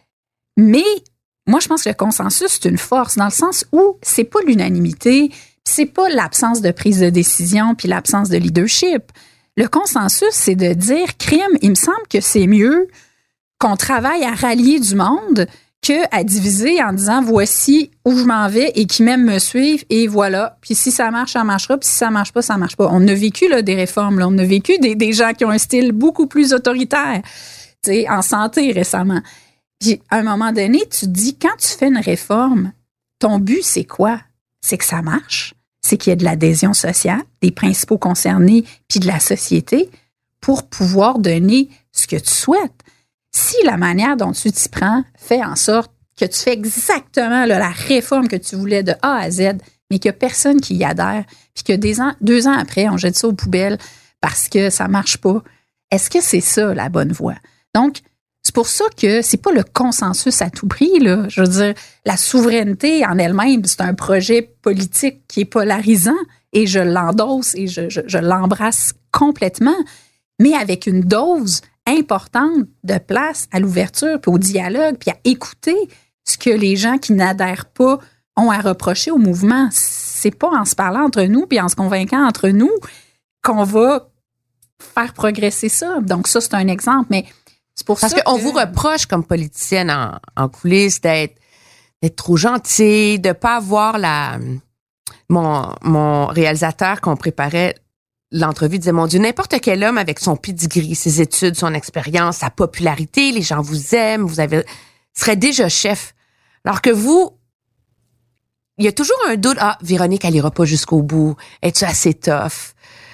Mais moi, je pense que le consensus, c'est une force, dans le sens où c'est pas l'unanimité, c'est pas l'absence de prise de décision, puis l'absence de leadership. Le consensus, c'est de dire, crime, il me semble que c'est mieux qu'on travaille à rallier du monde qu'à diviser en disant, voici où je m'en vais et qui m'aiment me suivre, et voilà. Puis si ça marche, ça marchera, puis si ça marche pas, ça marche pas. On a vécu là, des réformes, là. On a vécu des, des gens qui ont un style beaucoup plus autoritaire, tu sais, en santé récemment. Puis, à un moment donné, tu te dis, quand tu fais une réforme, ton but, c'est quoi? C'est que ça marche, c'est qu'il y ait de l'adhésion sociale, des principaux concernés, puis de la société, pour pouvoir donner ce que tu souhaites. Si la manière dont tu t'y prends fait en sorte que tu fais exactement là, la réforme que tu voulais de A à Z, mais qu'il n'y a personne qui y adhère, puis que des ans, deux ans après, on jette ça aux poubelles parce que ça marche pas, est-ce que c'est ça la bonne voie? Donc, c'est pour ça que c'est pas le consensus à tout prix, là. Je veux dire, la souveraineté en elle-même, c'est un projet politique qui est polarisant et je l'endosse et je, je, je l'embrasse complètement, mais avec une dose importante de place à l'ouverture, puis au dialogue, puis à écouter ce que les gens qui n'adhèrent pas ont à reprocher au mouvement. C'est pas en se parlant entre nous puis en se convainquant entre nous qu'on va faire progresser ça. Donc ça, c'est un exemple, mais c'est pour Parce ça qu'on que... vous reproche comme politicienne en, en coulisses d'être, d'être trop gentil, de pas avoir la... Mon, mon réalisateur qu'on préparait l'entrevue disait, mon Dieu, n'importe quel homme avec son pedigree, ses études, son expérience, sa popularité, les gens vous aiment, vous avez... serait déjà chef. Alors que vous, il y a toujours un doute. Ah, Véronique, elle ira pas jusqu'au bout. Es-tu assez tough?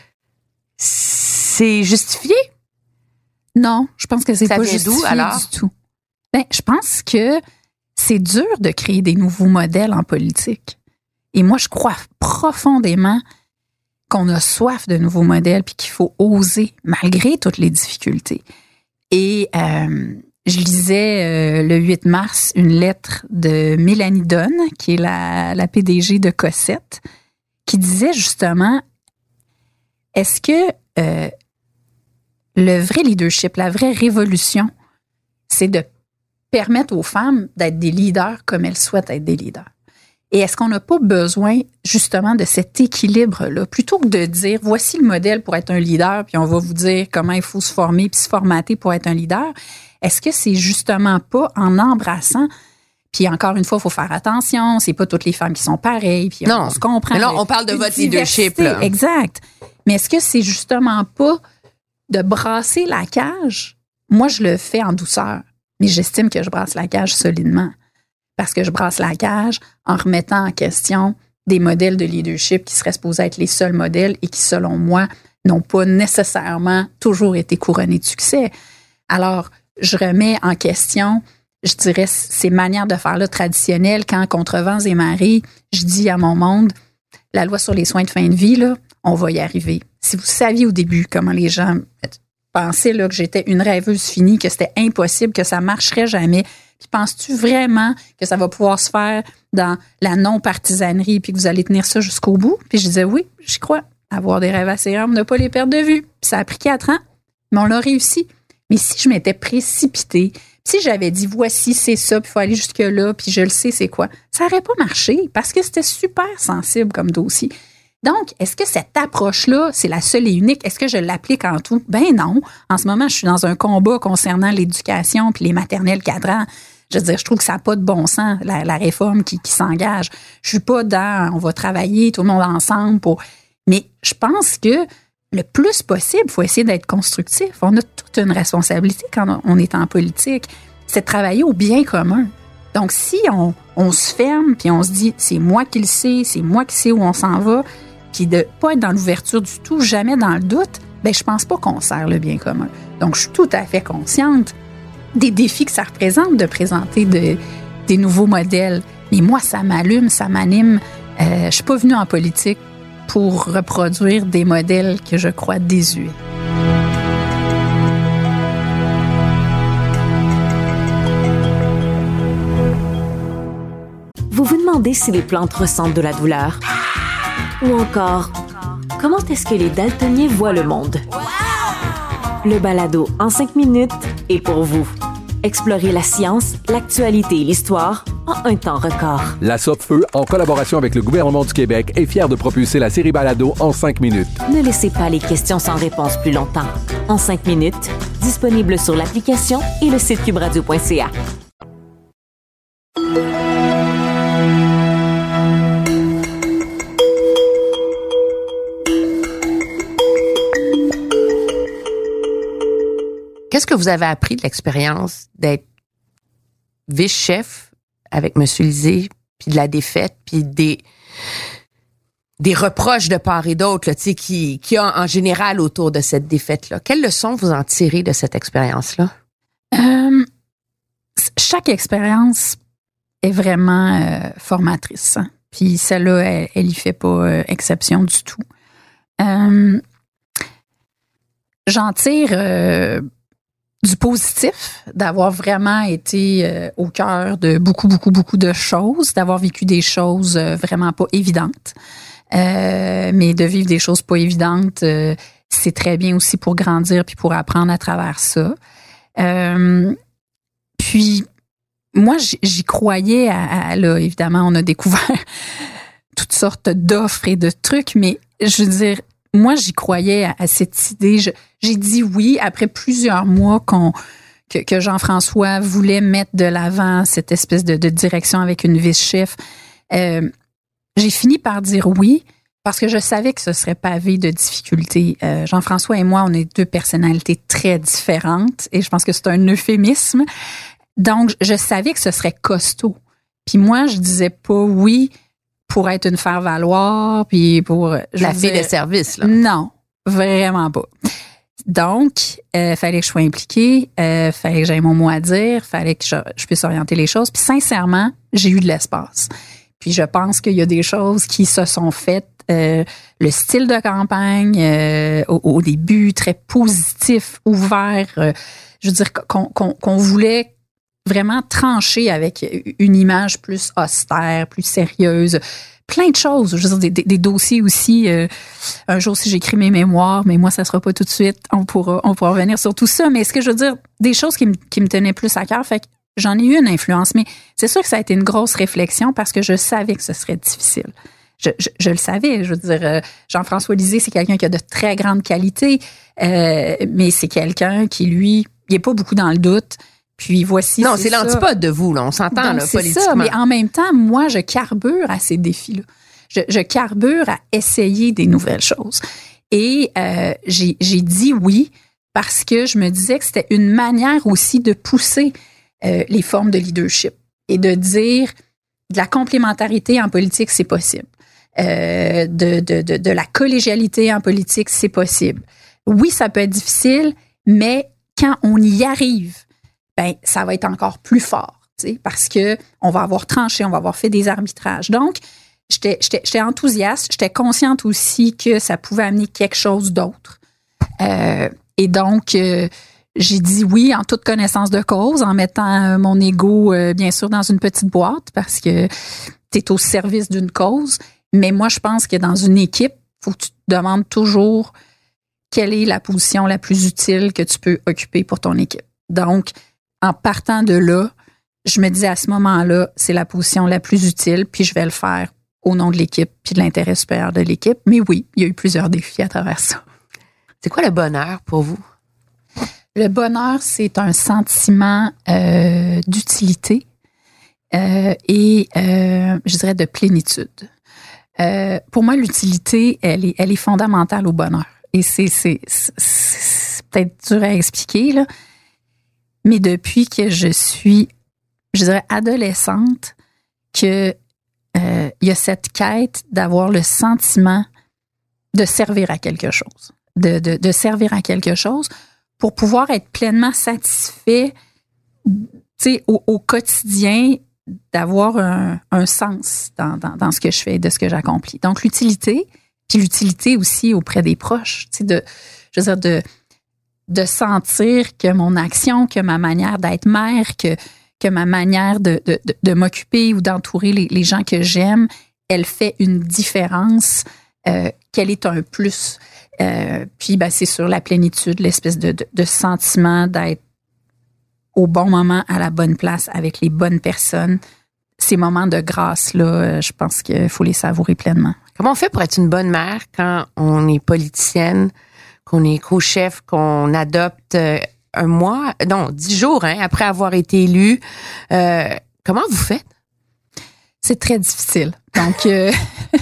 C'est justifié? Non, je pense que c'est Ça pas vient justifié d'où, alors? du tout. Ben, je pense que c'est dur de créer des nouveaux modèles en politique. Et moi, je crois profondément qu'on a soif de nouveaux modèles puis qu'il faut oser malgré toutes les difficultés. Et euh, je lisais euh, le huit mars une lettre de Mélanie Donne, qui est la, la P D G de Cossette, qui disait justement, est-ce que euh, le vrai leadership, la vraie révolution, c'est de permettre aux femmes d'être des leaders comme elles souhaitent être des leaders? Et est-ce qu'on n'a pas besoin justement de cet équilibre-là, plutôt que de dire, voici le modèle pour être un leader, puis on va vous dire comment il faut se former puis se formater pour être un leader? Est-ce que c'est justement pas en embrassant, puis encore une fois, il faut faire attention, c'est pas toutes les femmes qui sont pareilles, puis non, on se comprend. Mais là, on parle de votre leadership, là. Exact. Mais est-ce que c'est justement pas de brasser la cage? Moi, je le fais en douceur, mais j'estime que je brasse la cage solidement. Parce que je brasse la cage en remettant en question des modèles de leadership qui seraient supposés être les seuls modèles et qui, selon moi, n'ont pas nécessairement toujours été couronnés de succès. Alors, je remets en question, je dirais, ces manières de faire-là traditionnelles quand, contre vents et marées, je dis à mon monde, la loi sur les soins de fin de vie, là, on va y arriver. Si vous saviez au début comment les gens pensaient là, que j'étais une rêveuse finie, que c'était impossible, que ça marcherait jamais, puis penses-tu vraiment que ça va pouvoir se faire dans la non-partisanerie puis que vous allez tenir ça jusqu'au bout? Puis je disais oui, j'y crois. Avoir des rêves assez grands, ne pas les perdre de vue. Puis ça a pris quatre ans, mais on l'a réussi. Mais si je m'étais précipitée, si j'avais dit voici, c'est ça, puis il faut aller jusque-là, puis je le sais, c'est quoi, ça n'aurait pas marché parce que c'était super sensible comme dossier. Donc, est-ce que cette approche-là, c'est la seule et unique? Est-ce que je l'applique en tout? Ben non. En ce moment, je suis dans un combat concernant l'éducation puis les maternelles cadrans. Je veux dire, je trouve que ça n'a pas de bon sens, la, la réforme qui, qui s'engage. Je suis pas dans, on va travailler tout le monde ensemble pour... Mais je pense que le plus possible, il faut essayer d'être constructif. On a toute une responsabilité quand on est en politique. C'est de travailler au bien commun. Donc, si on, on se ferme puis on se dit, c'est moi qui le sais, c'est moi qui sais où on s'en va, puis de pas être dans l'ouverture du tout, jamais dans le doute, ben je pense pas qu'on sert le bien commun. Donc, je suis tout à fait consciente des défis que ça représente de présenter de, des nouveaux modèles. Mais moi, ça m'allume, ça m'anime. Euh, je suis pas venue en politique pour reproduire des modèles que je crois désuets. Vous vous demandez si les plantes ressentent de la douleur? Ou encore, comment est-ce que les daltoniens voient le monde? Le balado en cinq minutes est pour vous. Explorez la science, l'actualité et l'histoire en un temps record. La Sopfeu, en collaboration avec le gouvernement du Québec, est fière de propulser la série Balado en cinq minutes. Ne laissez pas les questions sans réponse plus longtemps. En cinq minutes, disponible sur l'application et le site cube radio point c a. Qu'est-ce que vous avez appris de l'expérience d'être vice-chef avec M. Lisée, puis de la défaite, puis des, des reproches de part et d'autre là, qui, qui ont en général autour de cette défaite-là? Quelles leçons vous en tirez de cette expérience-là? Euh, chaque expérience est vraiment euh, formatrice. Hein? Puis celle-là, elle, elle y fait pas euh, exception du tout. Euh, j'en tire euh, du positif, d'avoir vraiment été euh, au cœur de beaucoup, beaucoup, beaucoup de choses, d'avoir vécu des choses euh, vraiment pas évidentes. Euh, mais de vivre des choses pas évidentes, euh, c'est très bien aussi pour grandir puis pour apprendre à travers ça. Euh, puis, moi, j'y croyais à, à, là, évidemment, on a découvert toutes sortes d'offres et de trucs, mais je veux dire, moi, j'y croyais à, à cette idée. Je, j'ai dit oui après plusieurs mois qu'on, que, que Jean-François voulait mettre de l'avant cette espèce de, de direction avec une vice-chef. Euh, j'ai fini par dire oui parce que je savais que ce serait pavé de difficultés. Euh, Jean-François et moi, on est deux personnalités très différentes et je pense que c'est un euphémisme. Donc, je savais que ce serait costaud. Puis moi, je disais pas oui pour être une faire-valoir, puis pour... Je La fille de service, là. Non, vraiment pas. Donc, euh, fallait que je sois impliquée, euh, fallait que j'aie mon mot à dire, fallait que je, je puisse orienter les choses. Puis sincèrement, j'ai eu de l'espace. Puis je pense qu'il y a des choses qui se sont faites. Euh, le style de campagne, euh, au, au début, très positif, ouvert. Euh, je veux dire qu'on, qu'on, qu'on voulait vraiment trancher avec une image plus austère, plus sérieuse. Plein de choses. Je veux dire, des, des, des dossiers aussi. Euh, un jour, si j'écris mes mémoires, mais moi, ça sera pas tout de suite. On pourra, on pourra revenir sur tout ça. Mais ce que je veux dire, des choses qui me, qui me tenaient plus à cœur. Fait que j'en ai eu une influence. Mais c'est sûr que ça a été une grosse réflexion parce que je savais que ce serait difficile. Je, je, je le savais. Je veux dire, euh, Jean-François Lisée, c'est quelqu'un qui a de très grandes qualités. Euh, mais c'est quelqu'un qui, lui, il n'est pas beaucoup dans le doute. Puis voici. Non, c'est, c'est l'antipode de vous, là. On s'entend, donc, là, c'est politiquement. Ça, mais en même temps, moi, je carbure à ces défis-là. Je, je carbure à essayer des nouvelles choses. Et euh, j'ai, j'ai dit oui parce que je me disais que c'était une manière aussi de pousser euh, les formes de leadership et de dire de la complémentarité en politique, c'est possible. Euh, de, de, de, de la collégialité en politique, c'est possible. Oui, ça peut être difficile, mais quand on y arrive, ben ça va être encore plus fort, tu sais, parce que on va avoir tranché, on va avoir fait des arbitrages. Donc, j'étais, j'étais, j'étais enthousiaste, j'étais consciente aussi que ça pouvait amener quelque chose d'autre. Euh, et donc, euh, j'ai dit oui en toute connaissance de cause, en mettant euh, mon ego, euh, bien sûr, dans une petite boîte, parce que tu es au service d'une cause. Mais moi, je pense que dans une équipe, il faut que tu te demandes toujours quelle est la position la plus utile que tu peux occuper pour ton équipe. Donc, en partant de là, je me disais à ce moment-là, c'est la position la plus utile, puis je vais le faire au nom de l'équipe puis de l'intérêt supérieur de l'équipe. Mais oui, il y a eu plusieurs défis à travers ça. C'est quoi le bonheur pour vous? Le bonheur, c'est un sentiment euh, d'utilité euh, et, euh, je dirais, de plénitude. Euh, pour moi, l'utilité, elle est, elle est fondamentale au bonheur. Et c'est, c'est, c'est, c'est peut-être dur à expliquer, là. Mais depuis que je suis, je dirais, adolescente, que euh, il y a cette quête d'avoir le sentiment de servir à quelque chose, de, de, de servir à quelque chose pour pouvoir être pleinement satisfait, tu sais, au, au quotidien, d'avoir un, un sens dans, dans, dans ce que je fais, de ce que j'accomplis. Donc, l'utilité, puis l'utilité aussi auprès des proches, tu sais, de, je veux dire, de de sentir que mon action, que ma manière d'être mère, que, que ma manière de, de, de, de m'occuper ou d'entourer les, les gens que j'aime, elle fait une différence, euh, qu'elle est un plus. Euh, puis, ben, c'est sur la plénitude, l'espèce de, de, de sentiment d'être au bon moment, à la bonne place, avec les bonnes personnes. Ces moments de grâce-là, je pense qu'il faut les savourer pleinement. Comment on fait pour être une bonne mère quand on est politicienne, qu'on est co-chef, qu'on adopte un mois, non, dix jours hein, après avoir été élu? Euh, comment vous faites? C'est très difficile. Donc, euh,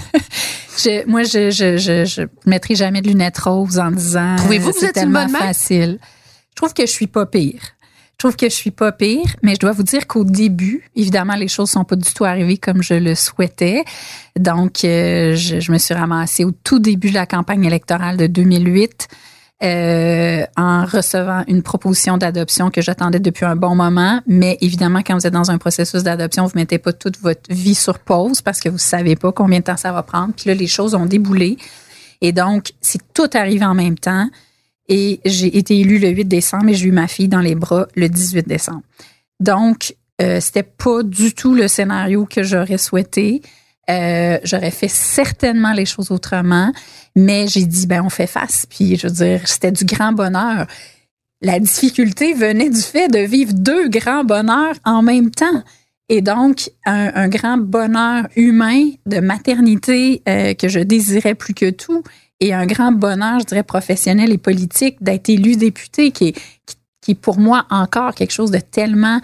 je, moi, je je, je je mettrai jamais de lunettes roses en disant Trouvez-vous que vous c'est êtes tellement une bonne mère? Facile. Je trouve que je suis pas pire. Je trouve que je suis pas pire, mais je dois vous dire qu'au début, évidemment, les choses sont pas du tout arrivées comme je le souhaitais. Donc, euh, je, je me suis ramassée au tout début de la campagne électorale de deux mille huit, euh, en recevant une proposition d'adoption que j'attendais depuis un bon moment. Mais évidemment, quand vous êtes dans un processus d'adoption, vous mettez pas toute votre vie sur pause parce que vous savez pas combien de temps ça va prendre. Puis là, les choses ont déboulé. Et donc, c'est tout arrivé en même temps. Et j'ai été élue le huit décembre et j'ai eu ma fille dans les bras le dix-huit décembre. Donc, euh, c'était pas du tout le scénario que j'aurais souhaité. Euh, j'aurais fait certainement les choses autrement, mais j'ai dit, ben, on fait face. Puis, je veux dire, c'était du grand bonheur. La difficulté venait du fait de vivre deux grands bonheurs en même temps. Et donc, un, un grand bonheur humain de maternité euh, que je désirais plus que tout et un grand bonheur, je dirais, professionnel et politique d'être élu député qui est, qui, qui est pour moi encore quelque chose de tellement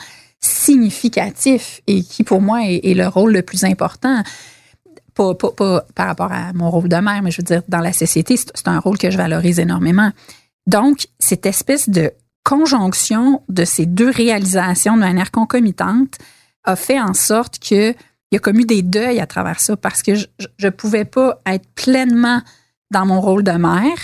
significatif et qui, pour moi, est, est le rôle le plus important. Pas, pas, pas par rapport à mon rôle de mère, mais je veux dire, dans la société, c'est, c'est un rôle que je valorise énormément. Donc, cette espèce de conjonction de ces deux réalisations de manière concomitante a fait en sorte qu'il y a comme eu des deuils à travers ça parce que je ne pouvais pas être pleinement dans mon rôle de mère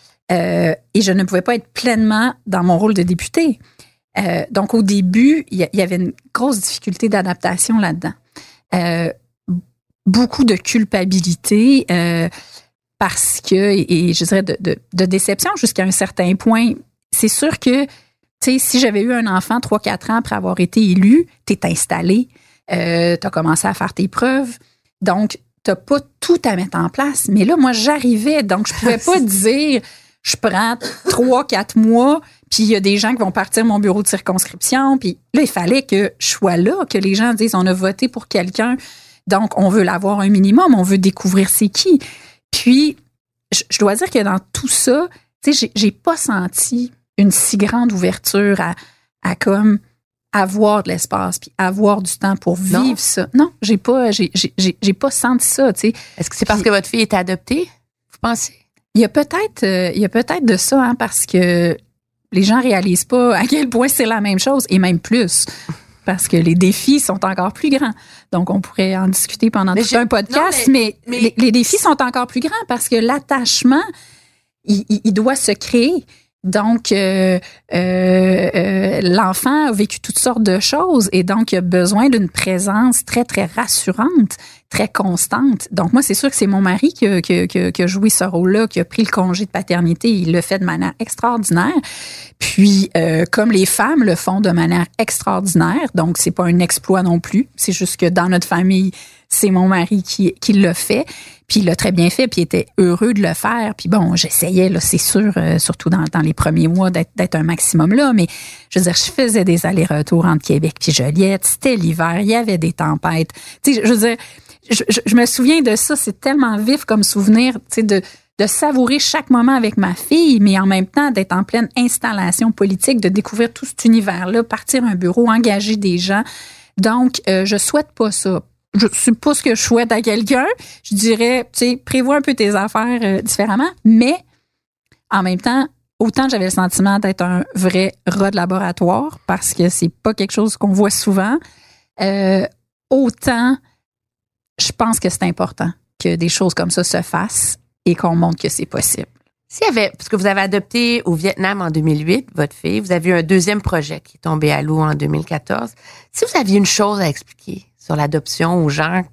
euh, et je ne pouvais pas être pleinement dans mon rôle de députée. Euh, donc, au début, il y, y avait une grosse difficulté d'adaptation là-dedans. Euh, beaucoup de culpabilité euh, parce que, et, et je dirais de, de, de déception jusqu'à un certain point. C'est sûr que, tu sais, si j'avais eu un enfant trois quatre ans après avoir été élu, t'es installé, euh, t'as commencé à faire tes preuves, donc t'as pas tout à mettre en place. Mais là, moi, j'arrivais, donc je pouvais pas dire, je prends trois quatre mois, puis il y a des gens qui vont partir mon bureau de circonscription, puis là, il fallait que je sois là, que les gens disent, on a voté pour quelqu'un. Donc, on veut l'avoir un minimum, on veut découvrir c'est qui. Puis, je, je dois dire que dans tout ça, tu sais, j'ai, j'ai pas senti une si grande ouverture à, à comme avoir de l'espace puis avoir du temps pour vivre non. ça. Non, j'ai pas, j'ai, j'ai, j'ai, j'ai pas senti ça, tu sais. Est-ce que c'est parce puis, que votre fille est adoptée, vous pensez? Il y a peut-être, euh, il y a peut-être de ça, hein, parce que les gens réalisent pas à quel point c'est la même chose et même plus. Parce que les défis sont encore plus grands. Donc, on pourrait en discuter pendant mais tout un podcast, non, mais, mais, mais les, les défis sont encore plus grands parce que l'attachement, il, il, il doit se créer. Donc, euh, euh, euh, l'enfant a vécu toutes sortes de choses et donc il a besoin d'une présence très, très rassurante, très constante. Donc, moi, c'est sûr que c'est mon mari qui a, qui, qui, qui a joué ce rôle-là, qui a pris le congé de paternité. Il le fait de manière extraordinaire. Puis, euh, comme les femmes le font de manière extraordinaire, donc c'est pas un exploit non plus. C'est juste que dans notre famille, c'est mon mari qui, qui l'a fait. Puis il l'a très bien fait, puis il était heureux de le faire. Puis bon, j'essayais, là, c'est sûr, euh, surtout dans, dans les premiers mois, d'être, d'être un maximum là. Mais je veux dire, je faisais des allers-retours entre Québec puis Joliette. C'était l'hiver, il y avait des tempêtes. Tu sais, je veux dire, je, je, je me souviens de ça. C'est tellement vif comme souvenir, tu sais, de, de savourer chaque moment avec ma fille, mais en même temps d'être en pleine installation politique, de découvrir tout cet univers-là, partir un bureau, engager des gens. Donc, euh, je souhaite pas ça. Je sais pas ce que je souhaite à quelqu'un. Je dirais, tu sais, prévois un peu tes affaires euh, différemment. Mais, en même temps, autant j'avais le sentiment d'être un vrai rat de laboratoire parce que c'est pas quelque chose qu'on voit souvent. Euh, autant, je pense que c'est important que des choses comme ça se fassent et qu'on montre que c'est possible. S'il y avait, parce que vous avez adopté au Vietnam en deux mille huit, votre fille, vous avez eu un deuxième projet qui est tombé à l'eau en deux mille quatorze. Si vous aviez une chose à expliquer sur l'adoption aux gens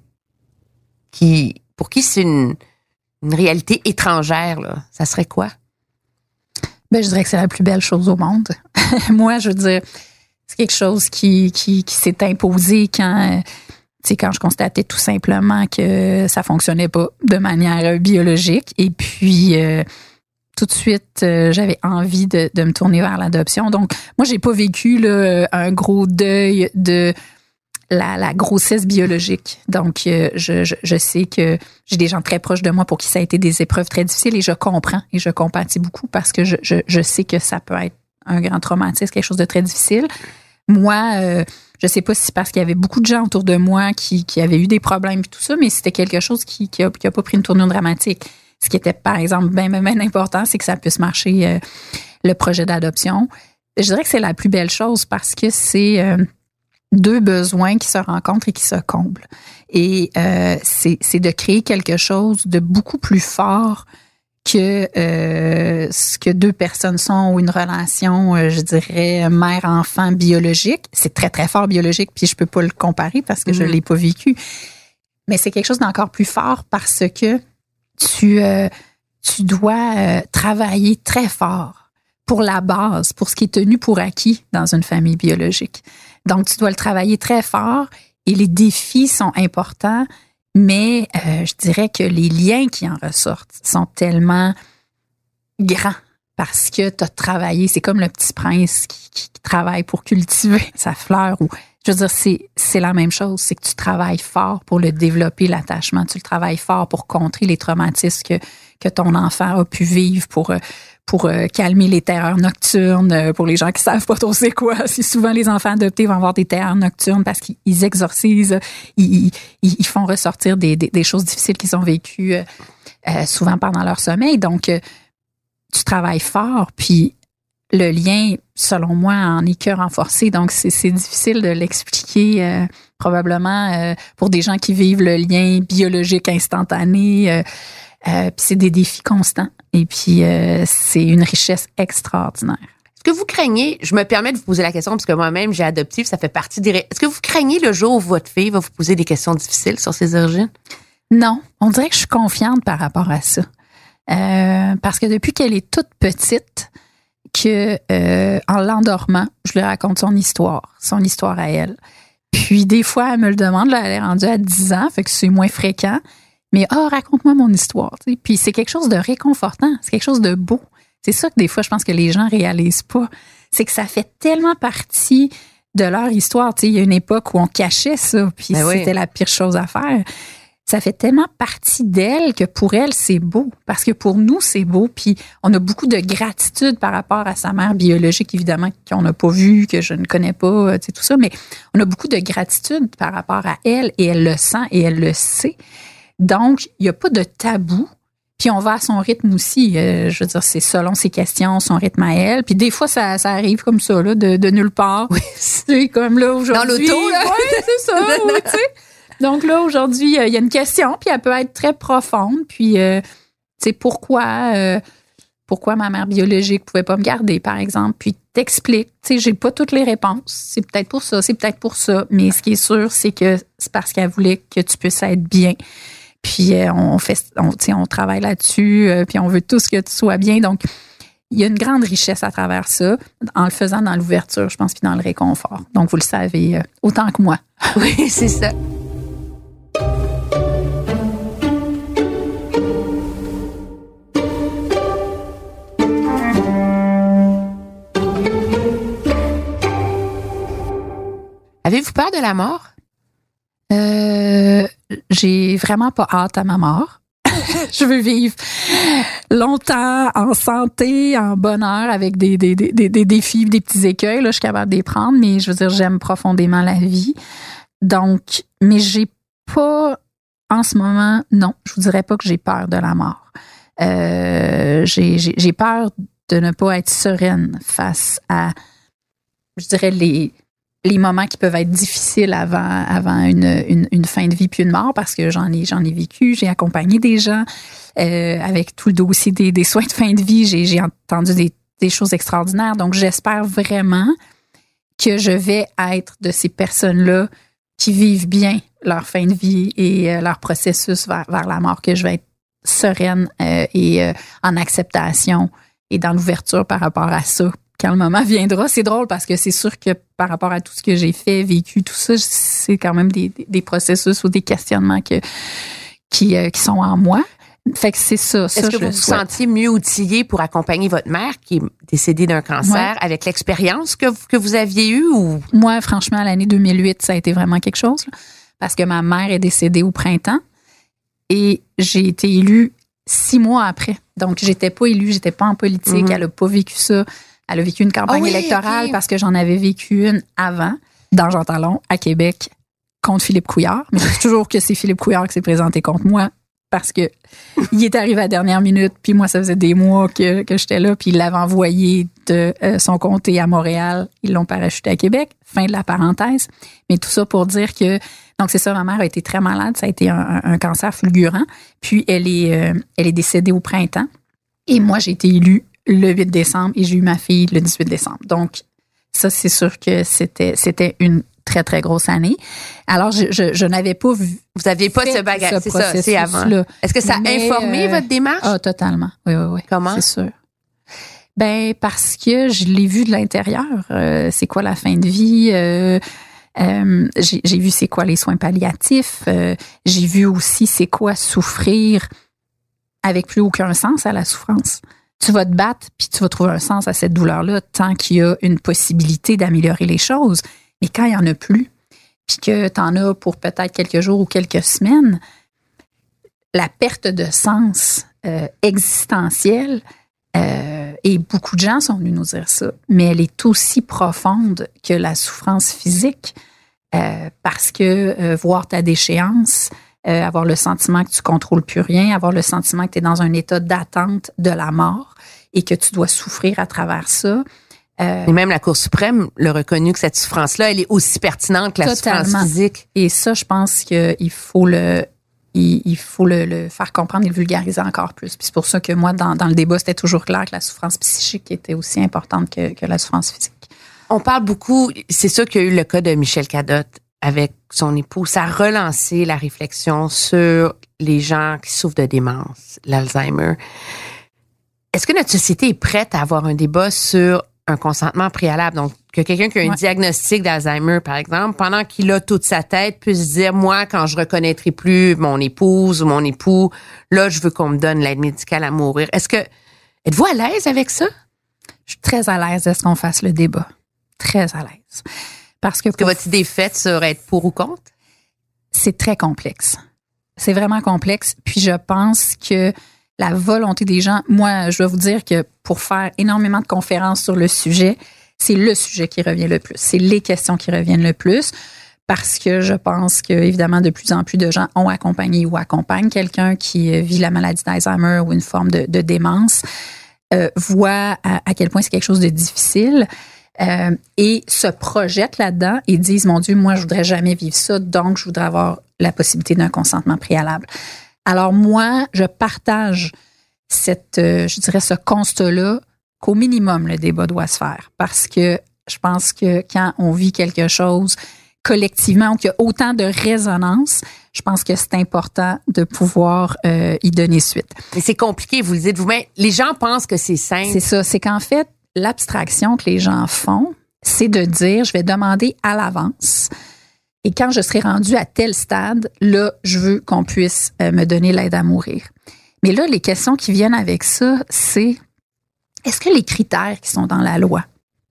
qui, pour qui c'est une, une réalité étrangère, là, ça serait quoi? Ben, je dirais que c'est la plus belle chose au monde. Moi, je veux dire, c'est quelque chose qui, qui, qui s'est imposé quand, tu sais, quand je constatais tout simplement que ça fonctionnait pas de manière biologique. Et puis, euh, tout de suite, euh, j'avais envie de, de me tourner vers l'adoption. Donc, moi, j'ai pas vécu là, un gros deuil de La, la grossesse biologique. Donc, euh, je, je, je sais que j'ai des gens très proches de moi pour qui ça a été des épreuves très difficiles et je comprends et je compatis beaucoup parce que je, je, je sais que ça peut être un grand traumatisme, quelque chose de très difficile. Moi, euh, je sais pas si c'est parce qu'il y avait beaucoup de gens autour de moi qui, qui avaient eu des problèmes et tout ça, mais c'était quelque chose qui, qui, a, qui a pas pris une tournure dramatique. Ce qui était, par exemple, bien, bien, bien important, c'est que ça puisse marcher, euh, le projet d'adoption. Je dirais que c'est la plus belle chose parce que c'est euh, deux besoins qui se rencontrent et qui se comblent. Et euh, c'est, c'est de créer quelque chose de beaucoup plus fort que euh, ce que deux personnes sont ou une relation, euh, je dirais, mère-enfant biologique. C'est très, très fort biologique, puis je peux pas le comparer parce que mm-hmm. je l'ai pas vécu. Mais c'est quelque chose d'encore plus fort parce que tu, euh, tu dois euh, travailler très fort pour la base, pour ce qui est tenu pour acquis dans une famille biologique. Donc, tu dois le travailler très fort et les défis sont importants. Mais euh, je dirais que les liens qui en ressortent sont tellement grands parce que tu as travaillé. C'est comme le petit prince qui, qui, qui travaille pour cultiver sa fleur. Ou, je veux dire, c'est, c'est la même chose. C'est que tu travailles fort pour le développer, l'attachement. Tu le travailles fort pour contrer les traumatismes que, que ton enfant a pu vivre, pour, pour euh, calmer les terreurs nocturnes. Pour les gens qui savent pas trop c'est quoi, c'est souvent les enfants adoptés vont avoir des terreurs nocturnes parce qu'ils exorcisent, ils, ils, ils font ressortir des, des, des choses difficiles qu'ils ont vécues euh, souvent pendant leur sommeil. Donc, euh, tu travailles fort, puis le lien, selon moi, en est que renforcé. Donc, c'est, c'est difficile de l'expliquer euh, probablement euh, pour des gens qui vivent le lien biologique instantané. Euh, euh, puis c'est des défis constants. Et puis, euh, c'est une richesse extraordinaire. Est-ce que vous craignez, je me permets de vous poser la question parce que moi-même, j'ai adopté, ça fait partie des... Est-ce que vous craignez le jour où votre fille va vous poser des questions difficiles sur ses origines? Non, on dirait que je suis confiante par rapport à ça. Euh, parce que depuis qu'elle est toute petite, que euh, en l'endormant, je lui raconte son histoire, son histoire à elle. Puis des fois, elle me le demande, là, elle est rendue à dix ans, fait que c'est moins fréquent. Mais ah, oh, raconte-moi mon histoire. Tu sais. Puis c'est quelque chose de réconfortant, c'est quelque chose de beau. C'est ça que des fois, je pense que les gens réalisent pas. C'est que ça fait tellement partie de leur histoire. Tu sais, il y a une époque où on cachait ça, puis ben c'était oui. la pire chose à faire. Ça fait tellement partie d'elle que pour elle, c'est beau. Parce que pour nous, c'est beau. Puis on a beaucoup de gratitude par rapport à sa mère biologique, évidemment, qu'on n'a pas vue, que je ne connais pas, tu sais, tout ça. Mais on a beaucoup de gratitude par rapport à elle et elle le sent et elle le sait. Donc, il n'y a pas de tabou. Puis on va à son rythme aussi. Euh, je veux dire, c'est selon ses questions, son rythme à elle. Puis des fois, ça, ça arrive comme ça, là, de, de nulle part. Oui. C'est comme là, aujourd'hui. Dans l'auto, là. Oui, c'est ça, oui, tu sais. Donc là, aujourd'hui, il y a une question, puis elle peut être très profonde. Puis, euh, tu sais, pourquoi, euh, pourquoi ma mère biologique pouvait pas me garder, par exemple. Puis t'expliques. Tu sais, j'ai pas toutes les réponses. C'est peut-être pour ça, c'est peut-être pour ça. Mais ce qui est sûr, c'est que c'est parce qu'elle voulait que tu puisses être bien. Puis euh, on fait, on, tu sais, on travaille là-dessus, euh, puis on veut tous que tu sois bien. Donc, il y a une grande richesse à travers ça, en le faisant dans l'ouverture, je pense, puis dans le réconfort. Donc, vous le savez euh, autant que moi. Oui, c'est ça. Avez-vous peur de la mort? Euh, j'ai vraiment pas hâte à ma mort. Je veux vivre longtemps, en santé, en bonheur, avec des, des, des, des, des défis, des petits écueils. Là, je suis capable de les prendre, mais je veux dire, j'aime profondément la vie. Donc, mais j'ai pas, en ce moment, non, je vous dirais pas que j'ai peur de la mort. Euh, j'ai, j'ai, j'ai peur de ne pas être sereine face à, je dirais, les... les moments qui peuvent être difficiles avant, avant une, une, une fin de vie puis une mort, parce que j'en ai, j'en ai vécu, j'ai accompagné des gens euh, avec tout le dossier des, des soins de fin de vie, j'ai, j'ai entendu des, des choses extraordinaires. Donc, j'espère vraiment que je vais être de ces personnes-là qui vivent bien leur fin de vie et euh, leur processus vers, vers la mort, que je vais être sereine euh, et euh, en acceptation et dans l'ouverture par rapport à ça. Quand le moment viendra, c'est drôle parce que c'est sûr que par rapport à tout ce que j'ai fait, vécu, tout ça, c'est quand même des, des processus ou des questionnements que, qui, euh, qui sont en moi. Fait que c'est ça. ça Est-ce que je vous vous souhaite. sentiez mieux outillé pour accompagner votre mère qui est décédée d'un cancer Ouais. avec l'expérience que, que vous aviez eue ou? Moi, franchement, l'année deux mille huit, ça a été vraiment quelque chose, là, parce que ma mère est décédée au printemps et j'ai été élue six mois après. Donc, j'étais pas élue, j'étais pas en politique, Mm-hmm. elle a pas vécu ça. Elle a vécu une campagne Ah oui, électorale okay. parce que j'en avais vécu une avant, dans Jean Talon, à Québec, contre Philippe Couillard. Mais je dis toujours que c'est Philippe Couillard qui s'est présenté contre moi parce que il est arrivé à la dernière minute, puis moi, ça faisait des mois que, que j'étais là, puis il l'avait envoyé de euh, son comté à Montréal. Ils l'ont parachuté à Québec. Fin de la parenthèse. Mais tout ça pour dire que, donc c'est ça, ma mère a été très malade. Ça a été un, un cancer fulgurant. Puis elle est, euh, elle est décédée au printemps. Et moi, j'ai été élue le huit décembre et j'ai eu ma fille le dix-huit décembre. Donc, ça, c'est sûr que c'était, c'était une très, très grosse année. Alors, je, je, je n'avais pas vu. Vous n'aviez pas ce bagage, c'est ça, c'est avant. Est-ce que ça a Mais, informé euh, votre démarche? Ah, totalement. Oui, oui, oui. Comment? C'est sûr. Ben, parce que je l'ai vu de l'intérieur. Euh, c'est quoi la fin de vie? Euh, euh, j'ai, j'ai vu c'est quoi les soins palliatifs. Euh, j'ai vu aussi c'est quoi souffrir avec plus aucun sens à la souffrance. Tu vas te battre puis tu vas trouver un sens à cette douleur-là tant qu'il y a une possibilité d'améliorer les choses. Mais quand il n'y en a plus, puis que tu en as pour peut-être quelques jours ou quelques semaines, la perte de sens euh, existentielle, euh, et beaucoup de gens sont venus nous dire ça, mais elle est aussi profonde que la souffrance physique, euh, parce que euh, voir ta déchéance, euh, avoir le sentiment que tu contrôles plus rien, avoir le sentiment que tu es dans un état d'attente de la mort et que tu dois souffrir à travers ça. Euh, Et même la Cour suprême l'a reconnu que cette souffrance-là, elle est aussi pertinente que la totalement. souffrance physique. Et ça, je pense qu'il faut le, il, il faut le, le faire comprendre et le vulgariser encore plus. Puis c'est pour ça que moi, dans, dans le débat, c'était toujours clair que la souffrance psychique était aussi importante que, que la souffrance physique. On parle beaucoup, c'est sûr qu'il y a eu le cas de Michel Cadotte avec son époux. Ça a relancé la réflexion sur les gens qui souffrent de démence, l'Alzheimer. Est-ce que notre société est prête à avoir un débat sur un consentement préalable? Donc, que quelqu'un qui a un ouais. diagnostic d'Alzheimer, par exemple, pendant qu'il a toute sa tête, puisse dire, moi, quand je reconnaîtrai plus mon épouse ou mon époux, là, je veux qu'on me donne l'aide médicale à mourir. Est-ce que, êtes-vous à l'aise avec ça? Je suis très à l'aise de ce qu'on fasse le débat. Très à l'aise. Parce que, Est-ce que votre idée faite sur être pour ou contre? C'est très complexe. C'est vraiment complexe. Puis je pense que la volonté des gens, moi, je dois vous dire que pour faire énormément de conférences sur le sujet, c'est le sujet qui revient le plus. C'est les questions qui reviennent le plus parce que je pense que, évidemment, de plus en plus de gens ont accompagné ou accompagnent quelqu'un qui vit la maladie d'Alzheimer ou une forme de, de démence, euh, voient à, à quel point c'est quelque chose de difficile. Euh, et se projettent là-dedans et disent, mon Dieu, moi, je voudrais jamais vivre ça, donc je voudrais avoir la possibilité d'un consentement préalable. Alors moi, je partage cette, euh, je dirais, ce constat-là qu'au minimum, le débat doit se faire parce que je pense que quand on vit quelque chose collectivement ou qu'il y a autant de résonance, je pense que c'est important de pouvoir euh, y donner suite. Mais c'est compliqué, vous le dites vous-même. Les gens pensent que c'est simple. C'est ça, c'est qu'en fait, l'abstraction que les gens font, c'est de dire, je vais demander à l'avance. Et quand je serai rendue à tel stade, là, je veux qu'on puisse euh, me donner l'aide à mourir. Mais là, les questions qui viennent avec ça, c'est est-ce que les critères qui sont dans la loi,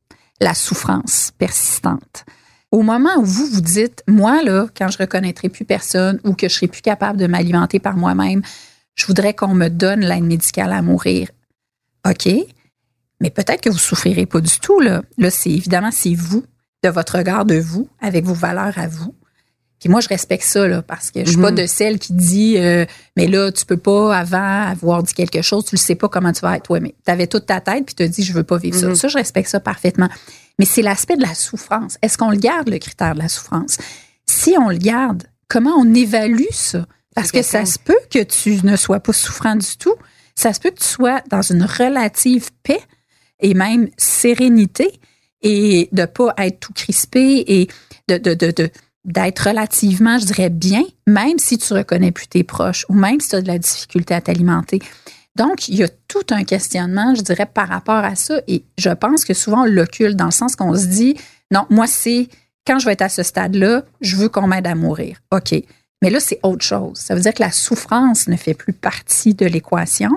la souffrance persistante, au moment où vous vous dites, moi, là, quand je reconnaîtrai plus personne ou que je serai plus capable de m'alimenter par moi-même, je voudrais qu'on me donne l'aide médicale à mourir. OK. Mais peut-être que vous souffrirez pas du tout, là. Là, c'est évidemment, c'est vous, de votre regard de vous, avec vos valeurs à vous. Puis moi, je respecte ça, là, parce que je suis mm-hmm. pas de celle qui dit, euh, mais là, tu peux pas, avant avoir dit quelque chose, tu le sais pas comment tu vas être. Ouais, mais t'avais toute ta tête, puis t'as dit, je veux pas vivre mm-hmm. ça. Ça, je respecte ça parfaitement. Mais c'est l'aspect de la souffrance. Est-ce qu'on le garde, le critère de la souffrance? Si on le garde, comment on évalue ça? Parce que ça se peut que tu ne sois pas souffrant du tout. Ça se peut que tu sois dans une relative paix et même sérénité et de pas être tout crispé et de, de, de, de, d'être relativement, je dirais, bien, même si tu reconnais plus tes proches ou même si tu as de la difficulté à t'alimenter. Donc, il y a tout un questionnement, je dirais, par rapport à ça et je pense que souvent on l'occulte dans le sens qu'on se dit, non, moi, c'est quand je vais être à ce stade-là, je veux qu'on m'aide à mourir. OK. Mais là, c'est autre chose. Ça veut dire que la souffrance ne fait plus partie de l'équation.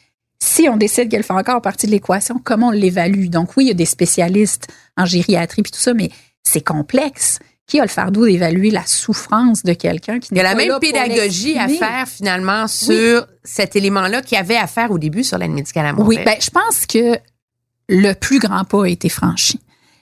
Si on décide qu'elle fait encore partie de l'équation, comment on l'évalue? Donc oui, il y a des spécialistes en gériatrie puis tout ça, mais c'est complexe. Qui a le fardeau d'évaluer la souffrance de quelqu'un qui n'est pas là? Il y a la même pédagogie à faire finalement sur oui. cet élément-là qu'il y avait à faire au début sur l'aide médicale à mourir. Oui, ben je pense que le plus grand pas a été franchi.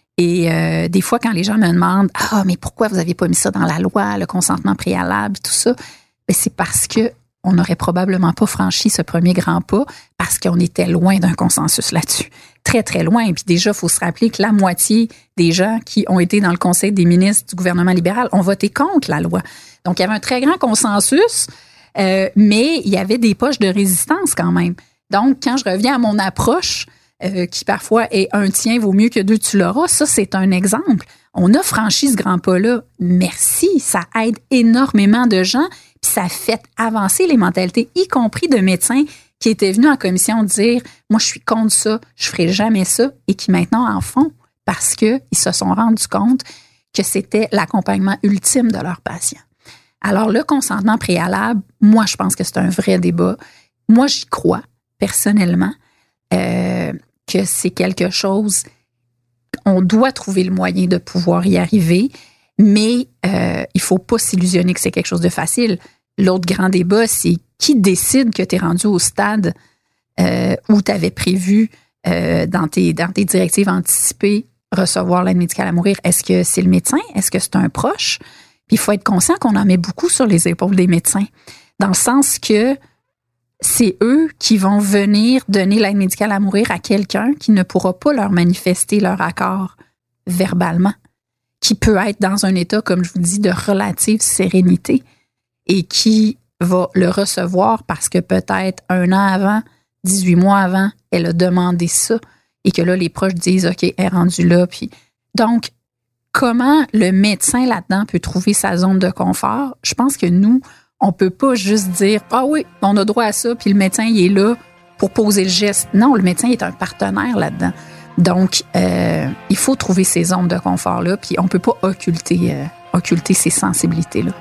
Et euh, des fois, quand les gens me demandent « Ah, mais pourquoi vous n'aviez pas mis ça dans la loi, le consentement préalable, tout ça? » Ben c'est parce que on n'aurait probablement pas franchi ce premier grand pas parce qu'on était loin d'un consensus là-dessus. Très, très loin. Et puis déjà, il faut se rappeler que la moitié des gens qui ont été dans le Conseil des ministres du gouvernement libéral ont voté contre la loi. Donc, il y avait un très grand consensus, euh, mais il y avait des poches de résistance quand même. Donc, quand je reviens à mon approche, euh, qui parfois est un tien vaut mieux que deux tu l'auras, ça, c'est un exemple. On a franchi ce grand pas-là. Merci, ça aide énormément de gens, puis ça fait avancer les mentalités, y compris de médecins qui étaient venus en commission dire « Moi, je suis contre ça, je ferai jamais ça », et qui maintenant en font parce qu'ils se sont rendus compte que c'était l'accompagnement ultime de leurs patients. Alors, le consentement préalable, moi, je pense que c'est un vrai débat. Moi, j'y crois, personnellement, euh, que c'est quelque chose, on doit trouver le moyen de pouvoir y arriver, mais euh, il ne faut pas s'illusionner que c'est quelque chose de facile. L'autre grand débat, c'est qui décide que tu es rendu au stade euh, où tu avais prévu euh, dans, tes, dans tes directives anticipées recevoir l'aide médicale à mourir. Est-ce que c'est le médecin? Est-ce que c'est un proche? Puis il faut être conscient qu'on en met beaucoup sur les épaules des médecins, dans le sens que c'est eux qui vont venir donner l'aide médicale à mourir à quelqu'un qui ne pourra pas leur manifester leur accord verbalement, qui peut être dans un état, comme je vous dis, de relative sérénité et qui va le recevoir parce que peut-être un an avant, dix-huit mois avant, elle a demandé ça et que là, les proches disent « OK, elle est rendue là. » Puis donc, comment le médecin là-dedans peut trouver sa zone de confort? Je pense que nous, on peut pas juste dire « Ah oui, on a droit à ça, puis le médecin, il est là pour poser le geste. » Non, le médecin est un partenaire là-dedans. Donc, euh, il faut trouver ces zones de confort-là, puis on peut pas occulter, euh, occulter ces sensibilités-là.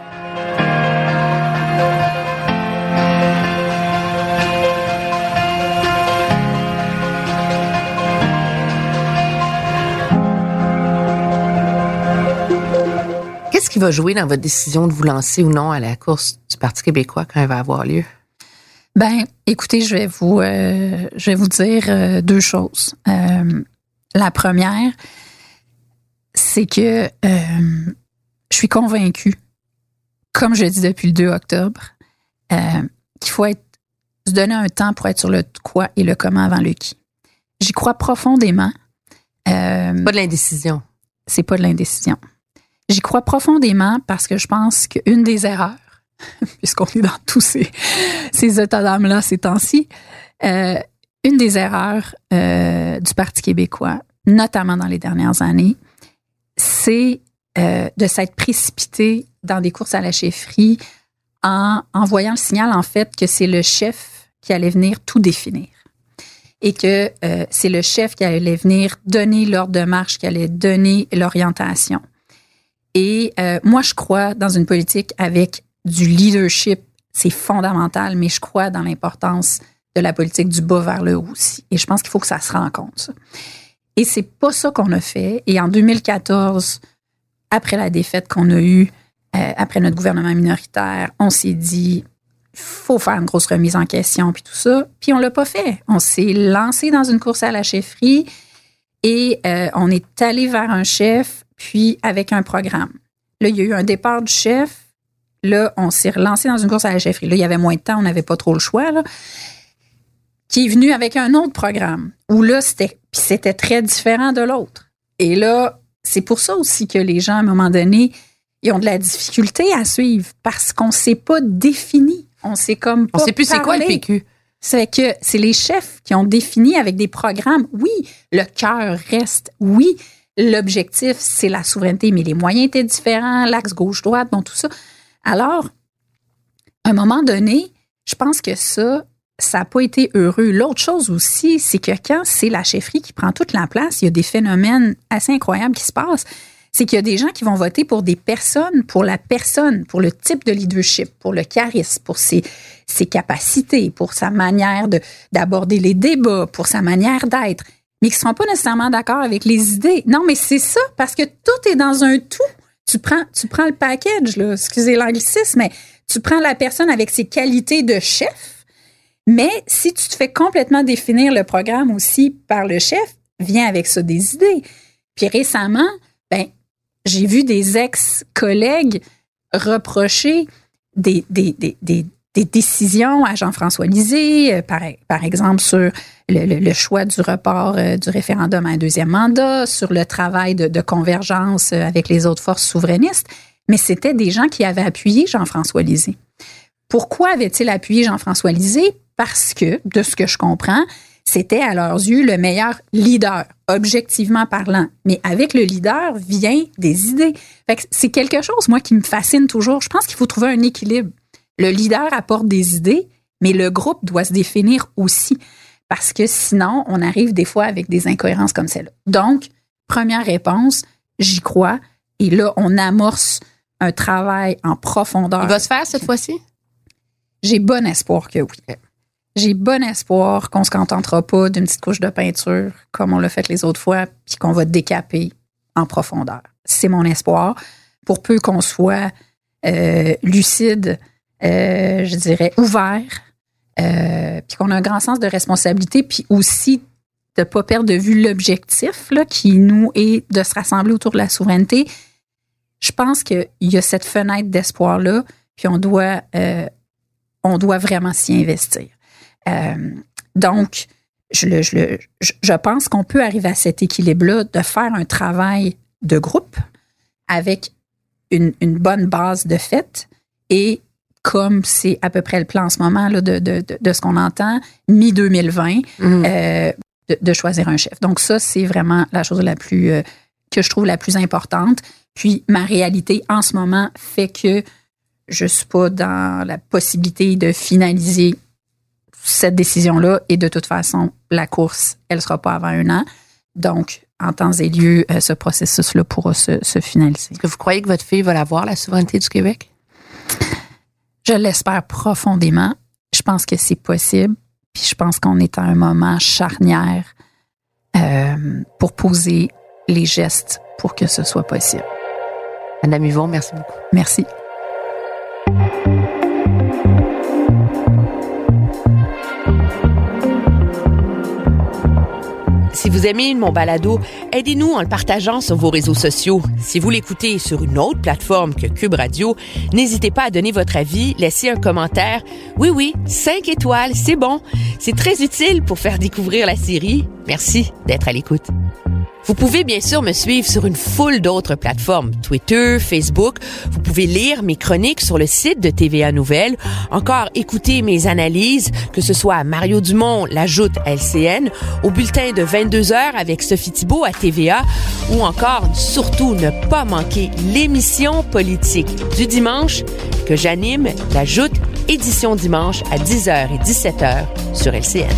Qu'est-ce qui va jouer dans votre décision de vous lancer ou non à la course du Parti québécois quand elle va avoir lieu? Ben, écoutez, je vais vous, euh, je vais vous dire euh, deux choses. Euh, la première, c'est que euh, je suis convaincue, comme je le dis depuis le deux octobre, euh, qu'il faut être, se donner un temps pour être sur le quoi et le comment avant le qui. J'y crois profondément. Euh, pas de l'indécision. C'est pas de l'indécision. J'y crois profondément parce que je pense qu'une des erreurs, puisqu'on est dans tous ces, ces états d'âme-là ces temps-ci, euh, une des erreurs euh, du Parti québécois, notamment dans les dernières années, c'est euh, de s'être précipité dans des courses à la chefferie en envoyant le signal, en fait, que c'est le chef qui allait venir tout définir. Et que euh, c'est le chef qui allait venir donner l'ordre de marche, qui allait donner l'orientation. Et euh, moi, je crois dans une politique avec du leadership, c'est fondamental, mais je crois dans l'importance de la politique du bas vers le haut aussi. Et je pense qu'il faut que ça se rencontre, ça. Et c'est pas ça qu'on a fait. Et en deux mille quatorze, après la défaite qu'on a eue, euh, après notre gouvernement minoritaire, on s'est dit, il faut faire une grosse remise en question, puis tout ça. Puis on l'a pas fait. On s'est lancé dans une course à la chefferie et euh, on est allé vers un chef, puis avec un programme. Là, il y a eu un départ du chef. Là, on s'est relancé dans une course à la chefferie. Là, il y avait moins de temps, on n'avait pas trop le choix, là. Qui est venu avec un autre programme, où là, c'était, puis c'était très différent de l'autre. Et là, c'est pour ça aussi que les gens, à un moment donné, ils ont de la difficulté à suivre, parce qu'on ne s'est pas défini. On sait comme pas On ne sait plus parler. C'est quoi le P Q. C'est que c'est les chefs qui ont défini avec des programmes. Oui, le cœur reste. Oui, l'objectif, c'est la souveraineté, mais les moyens étaient différents, l'axe gauche-droite, bon, tout ça. Alors, à un moment donné, je pense que ça, ça n'a pas été heureux. L'autre chose aussi, c'est que quand c'est la chefferie qui prend toute la place, il y a des phénomènes assez incroyables qui se passent. C'est qu'il y a des gens qui vont voter pour des personnes, pour la personne, pour le type de leadership, pour le charisme, pour ses, ses capacités, pour sa manière de, d'aborder les débats, pour sa manière d'être, mais qui ne seront pas nécessairement d'accord avec les idées. Non, mais c'est ça, parce que tout est dans un tout. Tu prends, tu prends le package, là, excusez l'anglicisme, mais tu prends la personne avec ses qualités de chef, mais si tu te fais complètement définir le programme aussi par le chef, viens avec ça des idées. Puis récemment, ben, j'ai vu des ex-collègues reprocher des, des, des, des, des décisions à Jean-François Lisée, par, par exemple sur le, le, le choix du report euh, du référendum à un deuxième mandat, sur le travail de, de convergence avec les autres forces souverainistes, mais c'était des gens qui avaient appuyé Jean-François Lisée. Pourquoi avait-il appuyé Jean-François Lisée? parce que, de ce que je comprends, c'était à leurs yeux le meilleur leader, objectivement parlant. Mais avec le leader vient des idées. Fait que c'est quelque chose, moi, qui me fascine toujours. Je pense qu'il faut trouver un équilibre. Le leader apporte des idées, mais le groupe doit se définir aussi. Parce que sinon, on arrive des fois avec des incohérences comme celle-là. Donc, première réponse, j'y crois. Et là, on amorce un travail en profondeur. Il va se faire cette fois-ci? J'ai bon espoir que oui. J'ai bon espoir qu'on ne se contentera pas d'une petite couche de peinture comme on l'a fait les autres fois, puis qu'on va décaper en profondeur. C'est mon espoir. Pour peu qu'on soit euh, lucide, euh, je dirais ouvert, euh, puis qu'on a un grand sens de responsabilité, puis aussi de ne pas perdre de vue l'objectif là, qui nous est de se rassembler autour de la souveraineté. Je pense qu'il y a cette fenêtre d'espoir-là, puis on doit, euh, on doit vraiment s'y investir. Euh, donc, je, le, je, le, je, je pense qu'on peut arriver à cet équilibre-là de faire un travail de groupe avec une, une bonne base de fait et comme c'est à peu près le plan en ce moment là, de, de, de, de ce qu'on entend, mi deux mille vingt, mmh. euh, de, de choisir un chef. Donc ça, c'est vraiment la chose la plus euh, que je trouve la plus importante. Puis ma réalité en ce moment fait que je suis pas dans la possibilité de finaliser cette décision-là et de toute façon, la course, elle ne sera pas avant un an. Donc, en temps et lieu, ce processus-là pourra se, se finaliser. Est-ce que vous croyez que votre fille va l'avoir, la souveraineté du Québec? Je l'espère profondément. Je pense que c'est possible. Puis je pense qu'on est à un moment charnière euh, pour poser les gestes pour que ce soit possible. Madame Yvon, merci beaucoup. Merci. Si vous aimez mon balado, aidez-nous en le partageant sur vos réseaux sociaux. Si vous l'écoutez sur une autre plateforme que Cube Radio, n'hésitez pas à donner votre avis, laisser un commentaire. Oui, oui, cinq étoiles, c'est bon. C'est très utile pour faire découvrir la série. Merci d'être à l'écoute. Vous pouvez bien sûr me suivre sur une foule d'autres plateformes, Twitter, Facebook. Vous pouvez lire mes chroniques sur le site de T V A Nouvelles, encore écouter mes analyses, que ce soit à Mario Dumont, La Joute à L C N, au bulletin de vingt-deux heures avec Sophie Thibault à T V A, ou encore surtout ne pas manquer l'émission politique du dimanche que j'anime, La Joute, édition dimanche à dix heures et dix-sept heures sur L C N.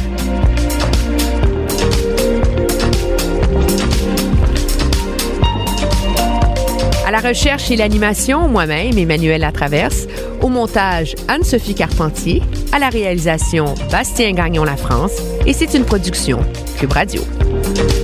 À la recherche et l'animation, moi-même, Emmanuelle Latraverse. Au montage, Anne-Sophie Carpentier. À la réalisation, Bastien Gagnon La France. Et c'est une production Cube Radio.